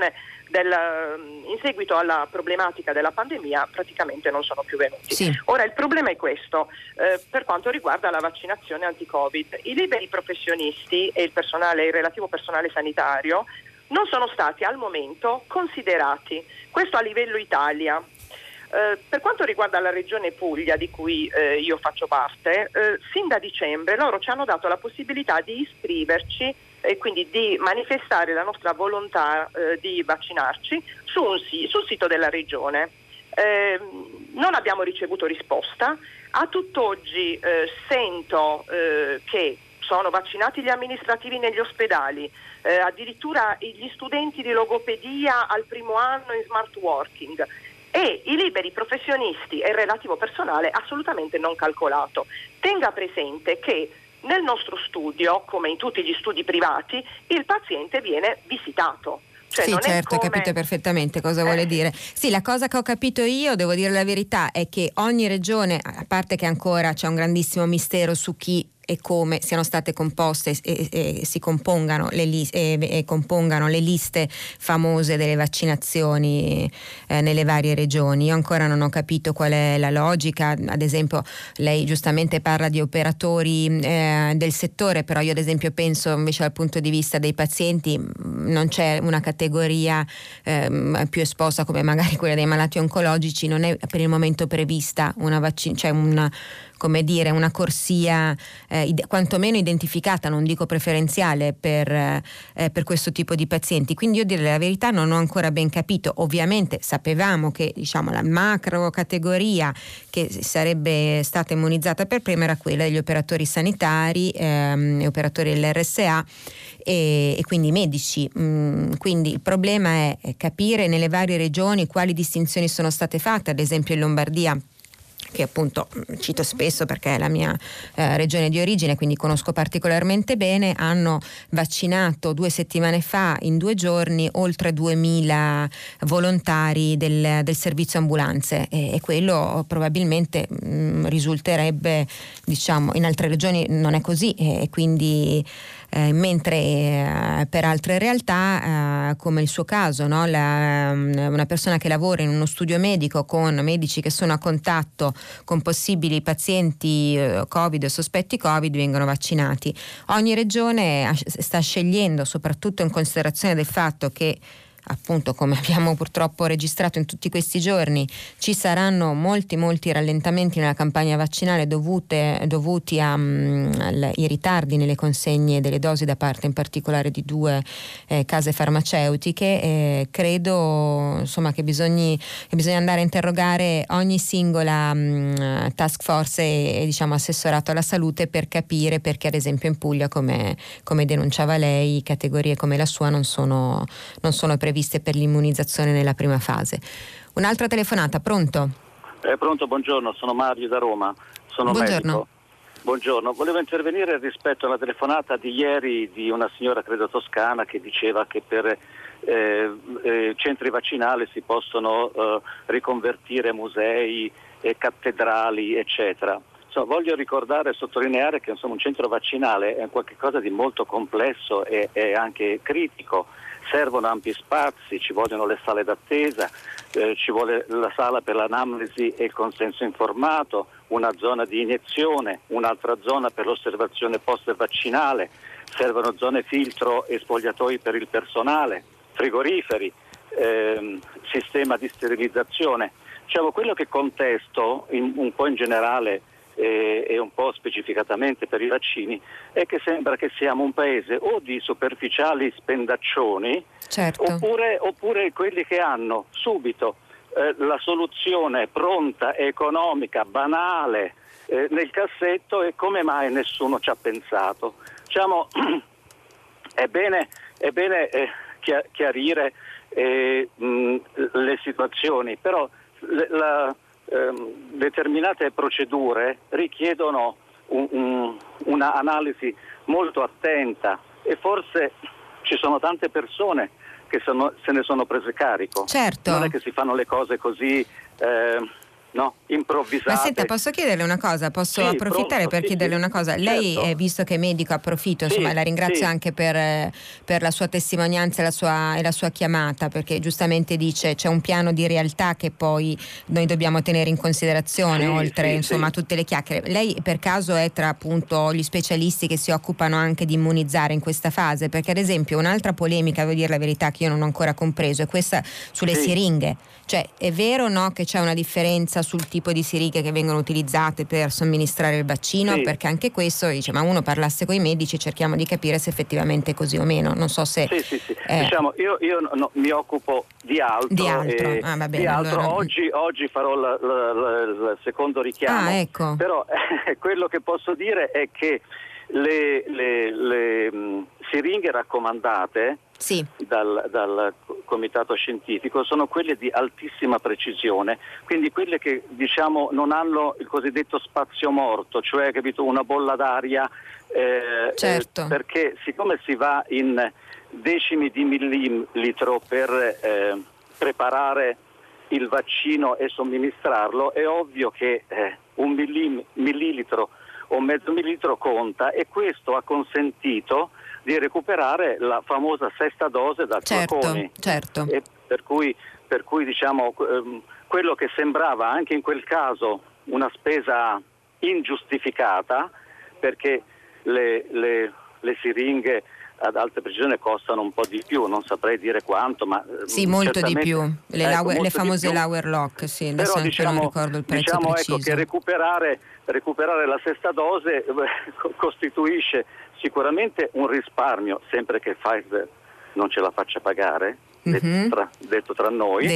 F: seguito alla problematica della pandemia praticamente non sono più venuti.
B: Sì.
F: Ora il problema è questo, per quanto riguarda la vaccinazione anti-Covid, i liberi professionisti e il relativo personale sanitario non sono stati al momento considerati, questo a livello Italia. Per quanto riguarda la regione Puglia, di cui io faccio parte, sin da dicembre loro ci hanno dato la possibilità di iscriverci e quindi di manifestare la nostra volontà di vaccinarci sul sito della regione. Non abbiamo ricevuto risposta. A tutt'oggi sento che sono vaccinati gli amministrativi negli ospedali, addirittura gli studenti di logopedia al primo anno in smart working, e i liberi professionisti e il relativo personale assolutamente non calcolato. Tenga presente che nel nostro studio, come in tutti gli studi privati, il paziente viene visitato.
B: Cioè, sì, certo, ho capito perfettamente cosa vuole dire. Sì, la cosa che ho capito io, devo dire la verità, è che ogni regione, a parte che ancora c'è un grandissimo mistero su chi e come siano state composte e si compongano compongano le liste famose delle vaccinazioni nelle varie regioni. Io ancora non ho capito qual è la logica. Ad esempio, lei giustamente parla di operatori del settore, però io ad esempio penso invece dal punto di vista dei pazienti non c'è una categoria più esposta come magari quella dei malati oncologici. Non è per il momento prevista una una corsia quantomeno identificata, non dico preferenziale per questo tipo di pazienti. Quindi io, dire la verità, non ho ancora ben capito. Ovviamente sapevamo che la macro categoria che sarebbe stata immunizzata per prima era quella degli operatori sanitari e operatori dell'RSA e quindi medici. Quindi il problema è capire nelle varie regioni quali distinzioni sono state fatte. Ad esempio in Lombardia, che appunto cito spesso perché è la mia regione di origine, quindi conosco particolarmente bene, hanno vaccinato 2 settimane fa, in 2 giorni, oltre 2000 volontari del servizio ambulanze e quello probabilmente risulterebbe, in altre regioni non è così e quindi mentre per altre realtà come il suo caso, no? Una persona che lavora in uno studio medico con medici che sono a contatto con possibili pazienti Covid o sospetti Covid vengono vaccinati. Ogni regione sta scegliendo, soprattutto in considerazione del fatto che appunto, come abbiamo purtroppo registrato in tutti questi giorni, ci saranno molti rallentamenti nella campagna vaccinale dovuti ai ritardi nelle consegne delle dosi da parte in particolare di 2 case farmaceutiche. Credo che bisogna andare a interrogare ogni singola task force e assessorato alla salute per capire perché ad esempio in Puglia, come denunciava lei, categorie come la sua non sono previste per l'immunizzazione nella prima fase. Un'altra telefonata, pronto?
G: Pronto, buongiorno, sono Mario da Roma, sono medico. Buongiorno, volevo intervenire rispetto alla telefonata di ieri di una signora, credo toscana, che diceva che per centri vaccinali si possono riconvertire musei, cattedrali, eccetera. Voglio ricordare e sottolineare che un centro vaccinale è qualcosa di molto complesso e anche critico. Servono ampi spazi, ci vogliono le sale d'attesa, ci vuole la sala per l'anamnesi e il consenso informato, una zona di iniezione, un'altra zona per l'osservazione post-vaccinale, servono zone filtro e spogliatoi per il personale, frigoriferi, sistema di sterilizzazione. Quello che contesto un po' in generale e un po' specificatamente per i vaccini è che sembra che siamo un paese o di superficiali spendaccioni,
B: certo,
G: oppure quelli che hanno subito la soluzione pronta, economica, banale nel cassetto e come mai nessuno ci ha pensato. È bene chiarire le situazioni, però determinate procedure richiedono una analisi molto attenta e forse ci sono tante persone che se ne sono prese carico.
B: Certo.
G: Non è che si fanno le cose così improvvisate.
B: Ma senta, posso chiederle una cosa? Posso approfittare per chiederle una cosa? Lei,
G: certo.
B: Visto che è medico, approfitto, la ringrazio anche per la sua testimonianza e la sua chiamata, perché giustamente dice c'è un piano di realtà che poi noi dobbiamo tenere in considerazione, oltre tutte le chiacchiere. Lei per caso è tra appunto gli specialisti che si occupano anche di immunizzare in questa fase? Perché ad esempio un'altra polemica, devo dire la verità, che io non ho ancora compreso è questa sulle siringhe. Cioè, è vero o no che c'è una differenza sul tipo di siringhe che vengono utilizzate per somministrare il vaccino?
G: Sì.
B: Perché anche questo dice, ma uno parlasse con i medici, cerchiamo di capire se effettivamente è così o meno. Non so se...
G: Sì. Io mi occupo di altro.
B: Va bene.
G: Allora... Oggi farò il secondo richiamo.
B: Ecco.
G: Però quello che posso dire è che le siringhe raccomandate dal comitato scientifico sono quelle di altissima precisione, quindi quelle che non hanno il cosiddetto spazio morto, cioè una bolla d'aria
B: Certo.
G: Perché siccome si va in decimi di millilitro per preparare il vaccino e somministrarlo, è ovvio che un millilitro o mezzo millilitro conta, e questo ha consentito di recuperare la famosa sesta dose dal flacone.
B: Certo.
G: E per cui diciamo quello che sembrava anche in quel caso una spesa ingiustificata, perché le siringhe ad alta precisione costano un po' di più, non saprei dire quanto, ma
B: sì, molto di più. Le famose Lauer Lock, sì, adesso
G: però
B: anche non ricordo il prezzo preciso.
G: Ecco che recuperare la sesta dose costituisce sicuramente un risparmio, sempre che Pfizer non ce la faccia pagare, detto tra noi.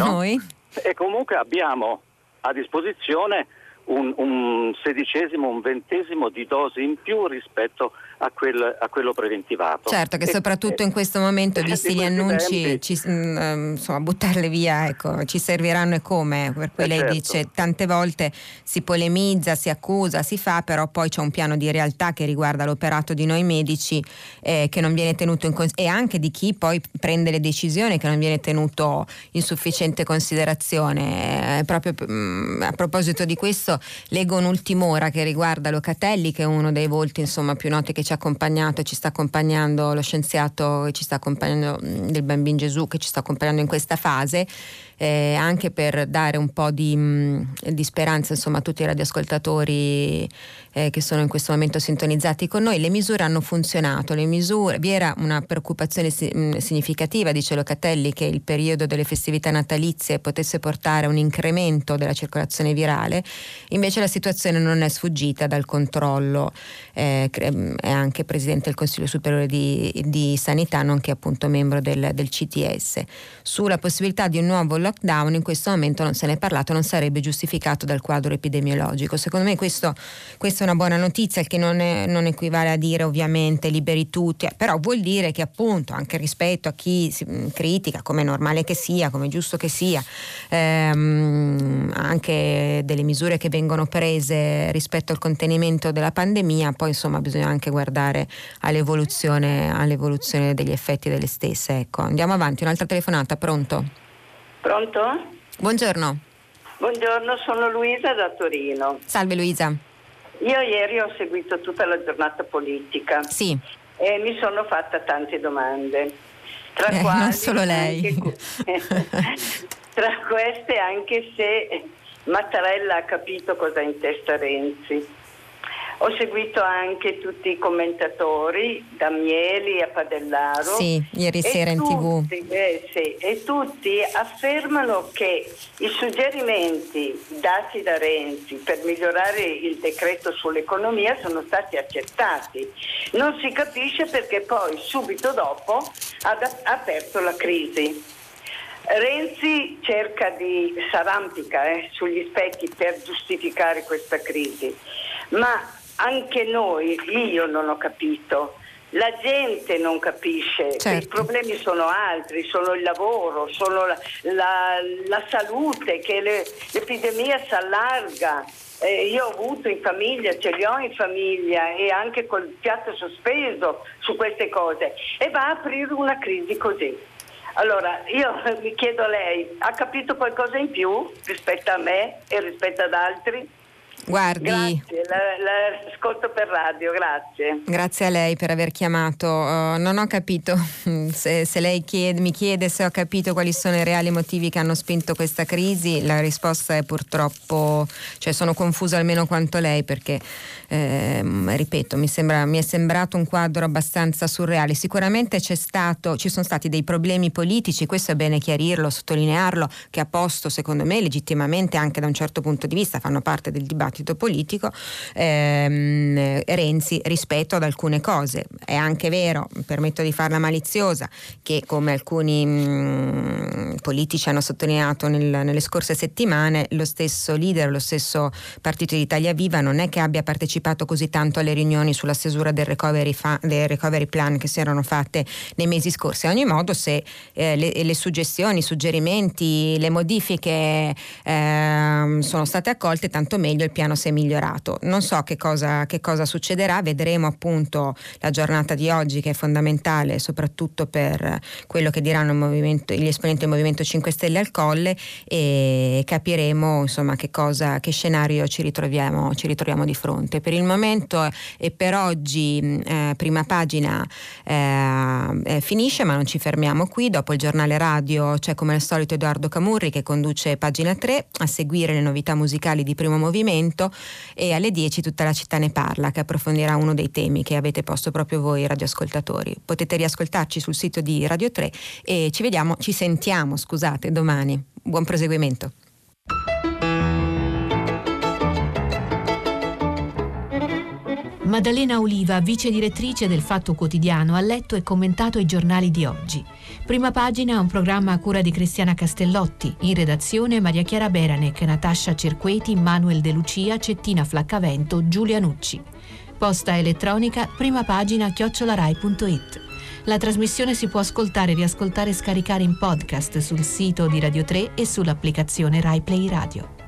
G: E comunque abbiamo a disposizione un sedicesimo, un ventesimo di dosi in più rispetto a quello preventivato.
B: Certo, che soprattutto in questo momento, visti gli annunci, buttarle via, ecco, ci serviranno e come, per cui lei dice tante volte si polemizza, si accusa, si fa, però poi c'è un piano di realtà che riguarda l'operato di noi medici che non viene tenuto e anche di chi poi prende le decisioni, che non viene tenuto in sufficiente considerazione. Proprio a proposito di questo leggo un'ultima ora che riguarda Locatelli, che è uno dei volti più noti che ci ha accompagnato e ci sta accompagnando, lo scienziato che ci sta accompagnando del Bambino Gesù, che ci sta accompagnando in questa fase, anche per dare un po' di speranza a tutti i radioascoltatori che sono in questo momento sintonizzati con noi. Le misure hanno funzionato, vi era una preoccupazione significativa, dice Locatelli, che il periodo delle festività natalizie potesse portare a un incremento della circolazione virale, invece la situazione non è sfuggita dal controllo. È anche presidente del Consiglio Superiore di Sanità, nonché appunto membro del CTS. Sulla possibilità di un nuovo lockdown in questo momento non se ne è parlato, non sarebbe giustificato dal quadro epidemiologico. Secondo me questa è una buona notizia, che non equivale a dire ovviamente liberi tutti, però vuol dire che appunto anche rispetto a chi si critica, come è normale che sia, come è giusto che sia, anche delle misure che vengono prese rispetto al contenimento della pandemia, poi bisogna anche guardare all'evoluzione degli effetti delle stesse. Ecco, andiamo avanti, un'altra telefonata. Pronto? Buongiorno,
H: sono Luisa da Torino.
B: Salve Luisa.
H: Io ieri ho seguito tutta la giornata politica.
B: Sì.
H: E mi sono fatta tante domande, tra quali
B: non solo lei.
H: Tra queste anche se Mattarella ha capito cosa ha in testa Renzi. Ho seguito anche tutti i commentatori, da Mieli a Padellaro.
B: Sì, ieri sera in TV.
H: E tutti affermano che i suggerimenti dati da Renzi per migliorare il decreto sull'economia sono stati accettati. Non si capisce perché poi subito dopo ha aperto la crisi. Renzi s'arrampica sugli specchi per giustificare questa crisi, ma anche io non ho capito, la gente non capisce,
B: certo.
H: I problemi sono altri, sono il lavoro, sono la salute, che l'epidemia si allarga. Io ho avuto in famiglia, ce li ho in famiglia e anche col fiato sospeso su queste cose, e va a aprire una crisi così. Allora io mi chiedo a lei, ha capito qualcosa in più rispetto a me e rispetto ad altri?
B: Guardi,
H: grazie, l'ascolto per radio, grazie.
B: Grazie a lei per aver chiamato. Non ho capito se lei mi chiede se ho capito quali sono i reali motivi che hanno spinto questa crisi. La risposta è purtroppo, sono confusa almeno quanto lei, perché ripeto, mi è sembrato un quadro abbastanza surreale. Sicuramente ci sono stati dei problemi politici, questo è bene chiarirlo, sottolinearlo, che ha posto secondo me legittimamente, anche da un certo punto di vista, fanno parte del dibattito politico, Renzi rispetto ad alcune cose. È anche vero, mi permetto di farla maliziosa, che come alcuni politici hanno sottolineato nelle scorse settimane, lo stesso leader, lo stesso partito di Italia Viva non è che abbia partecipato così tanto alle riunioni sulla stesura del recovery plan che si erano fatte nei mesi scorsi. A ogni modo, se le suggestioni, i suggerimenti, le modifiche sono state accolte, tanto meglio. Il piano si è migliorato. Non so che cosa succederà, vedremo appunto la giornata di oggi, che è fondamentale soprattutto per quello che diranno gli esponenti del Movimento 5 Stelle al Colle, e capiremo insomma che scenario ci ritroviamo di fronte. Per il momento e per oggi Prima Pagina finisce, ma non ci fermiamo qui. Dopo il giornale radio c'è come al solito Edoardo Camurri che conduce Pagina 3, a seguire le novità musicali di Primo Movimento, e alle 10 Tutta la città ne parla, che approfondirà uno dei temi che avete posto proprio voi radioascoltatori. Potete riascoltarci sul sito di Radio 3 e ci sentiamo domani. Buon proseguimento.
A: Maddalena Oliva, vice direttrice del Fatto Quotidiano, ha letto e commentato i giornali di oggi. Prima Pagina è un programma a cura di Cristiana Castellotti, in redazione Maria Chiara Beranec, Natascia Cerqueti, Manuel De Lucia, Cettina Flaccavento, Giulia Nucci. Posta elettronica primapagina@rai.it. La trasmissione si può ascoltare, riascoltare e scaricare in podcast sul sito di Radio 3 e sull'applicazione Rai Play Radio.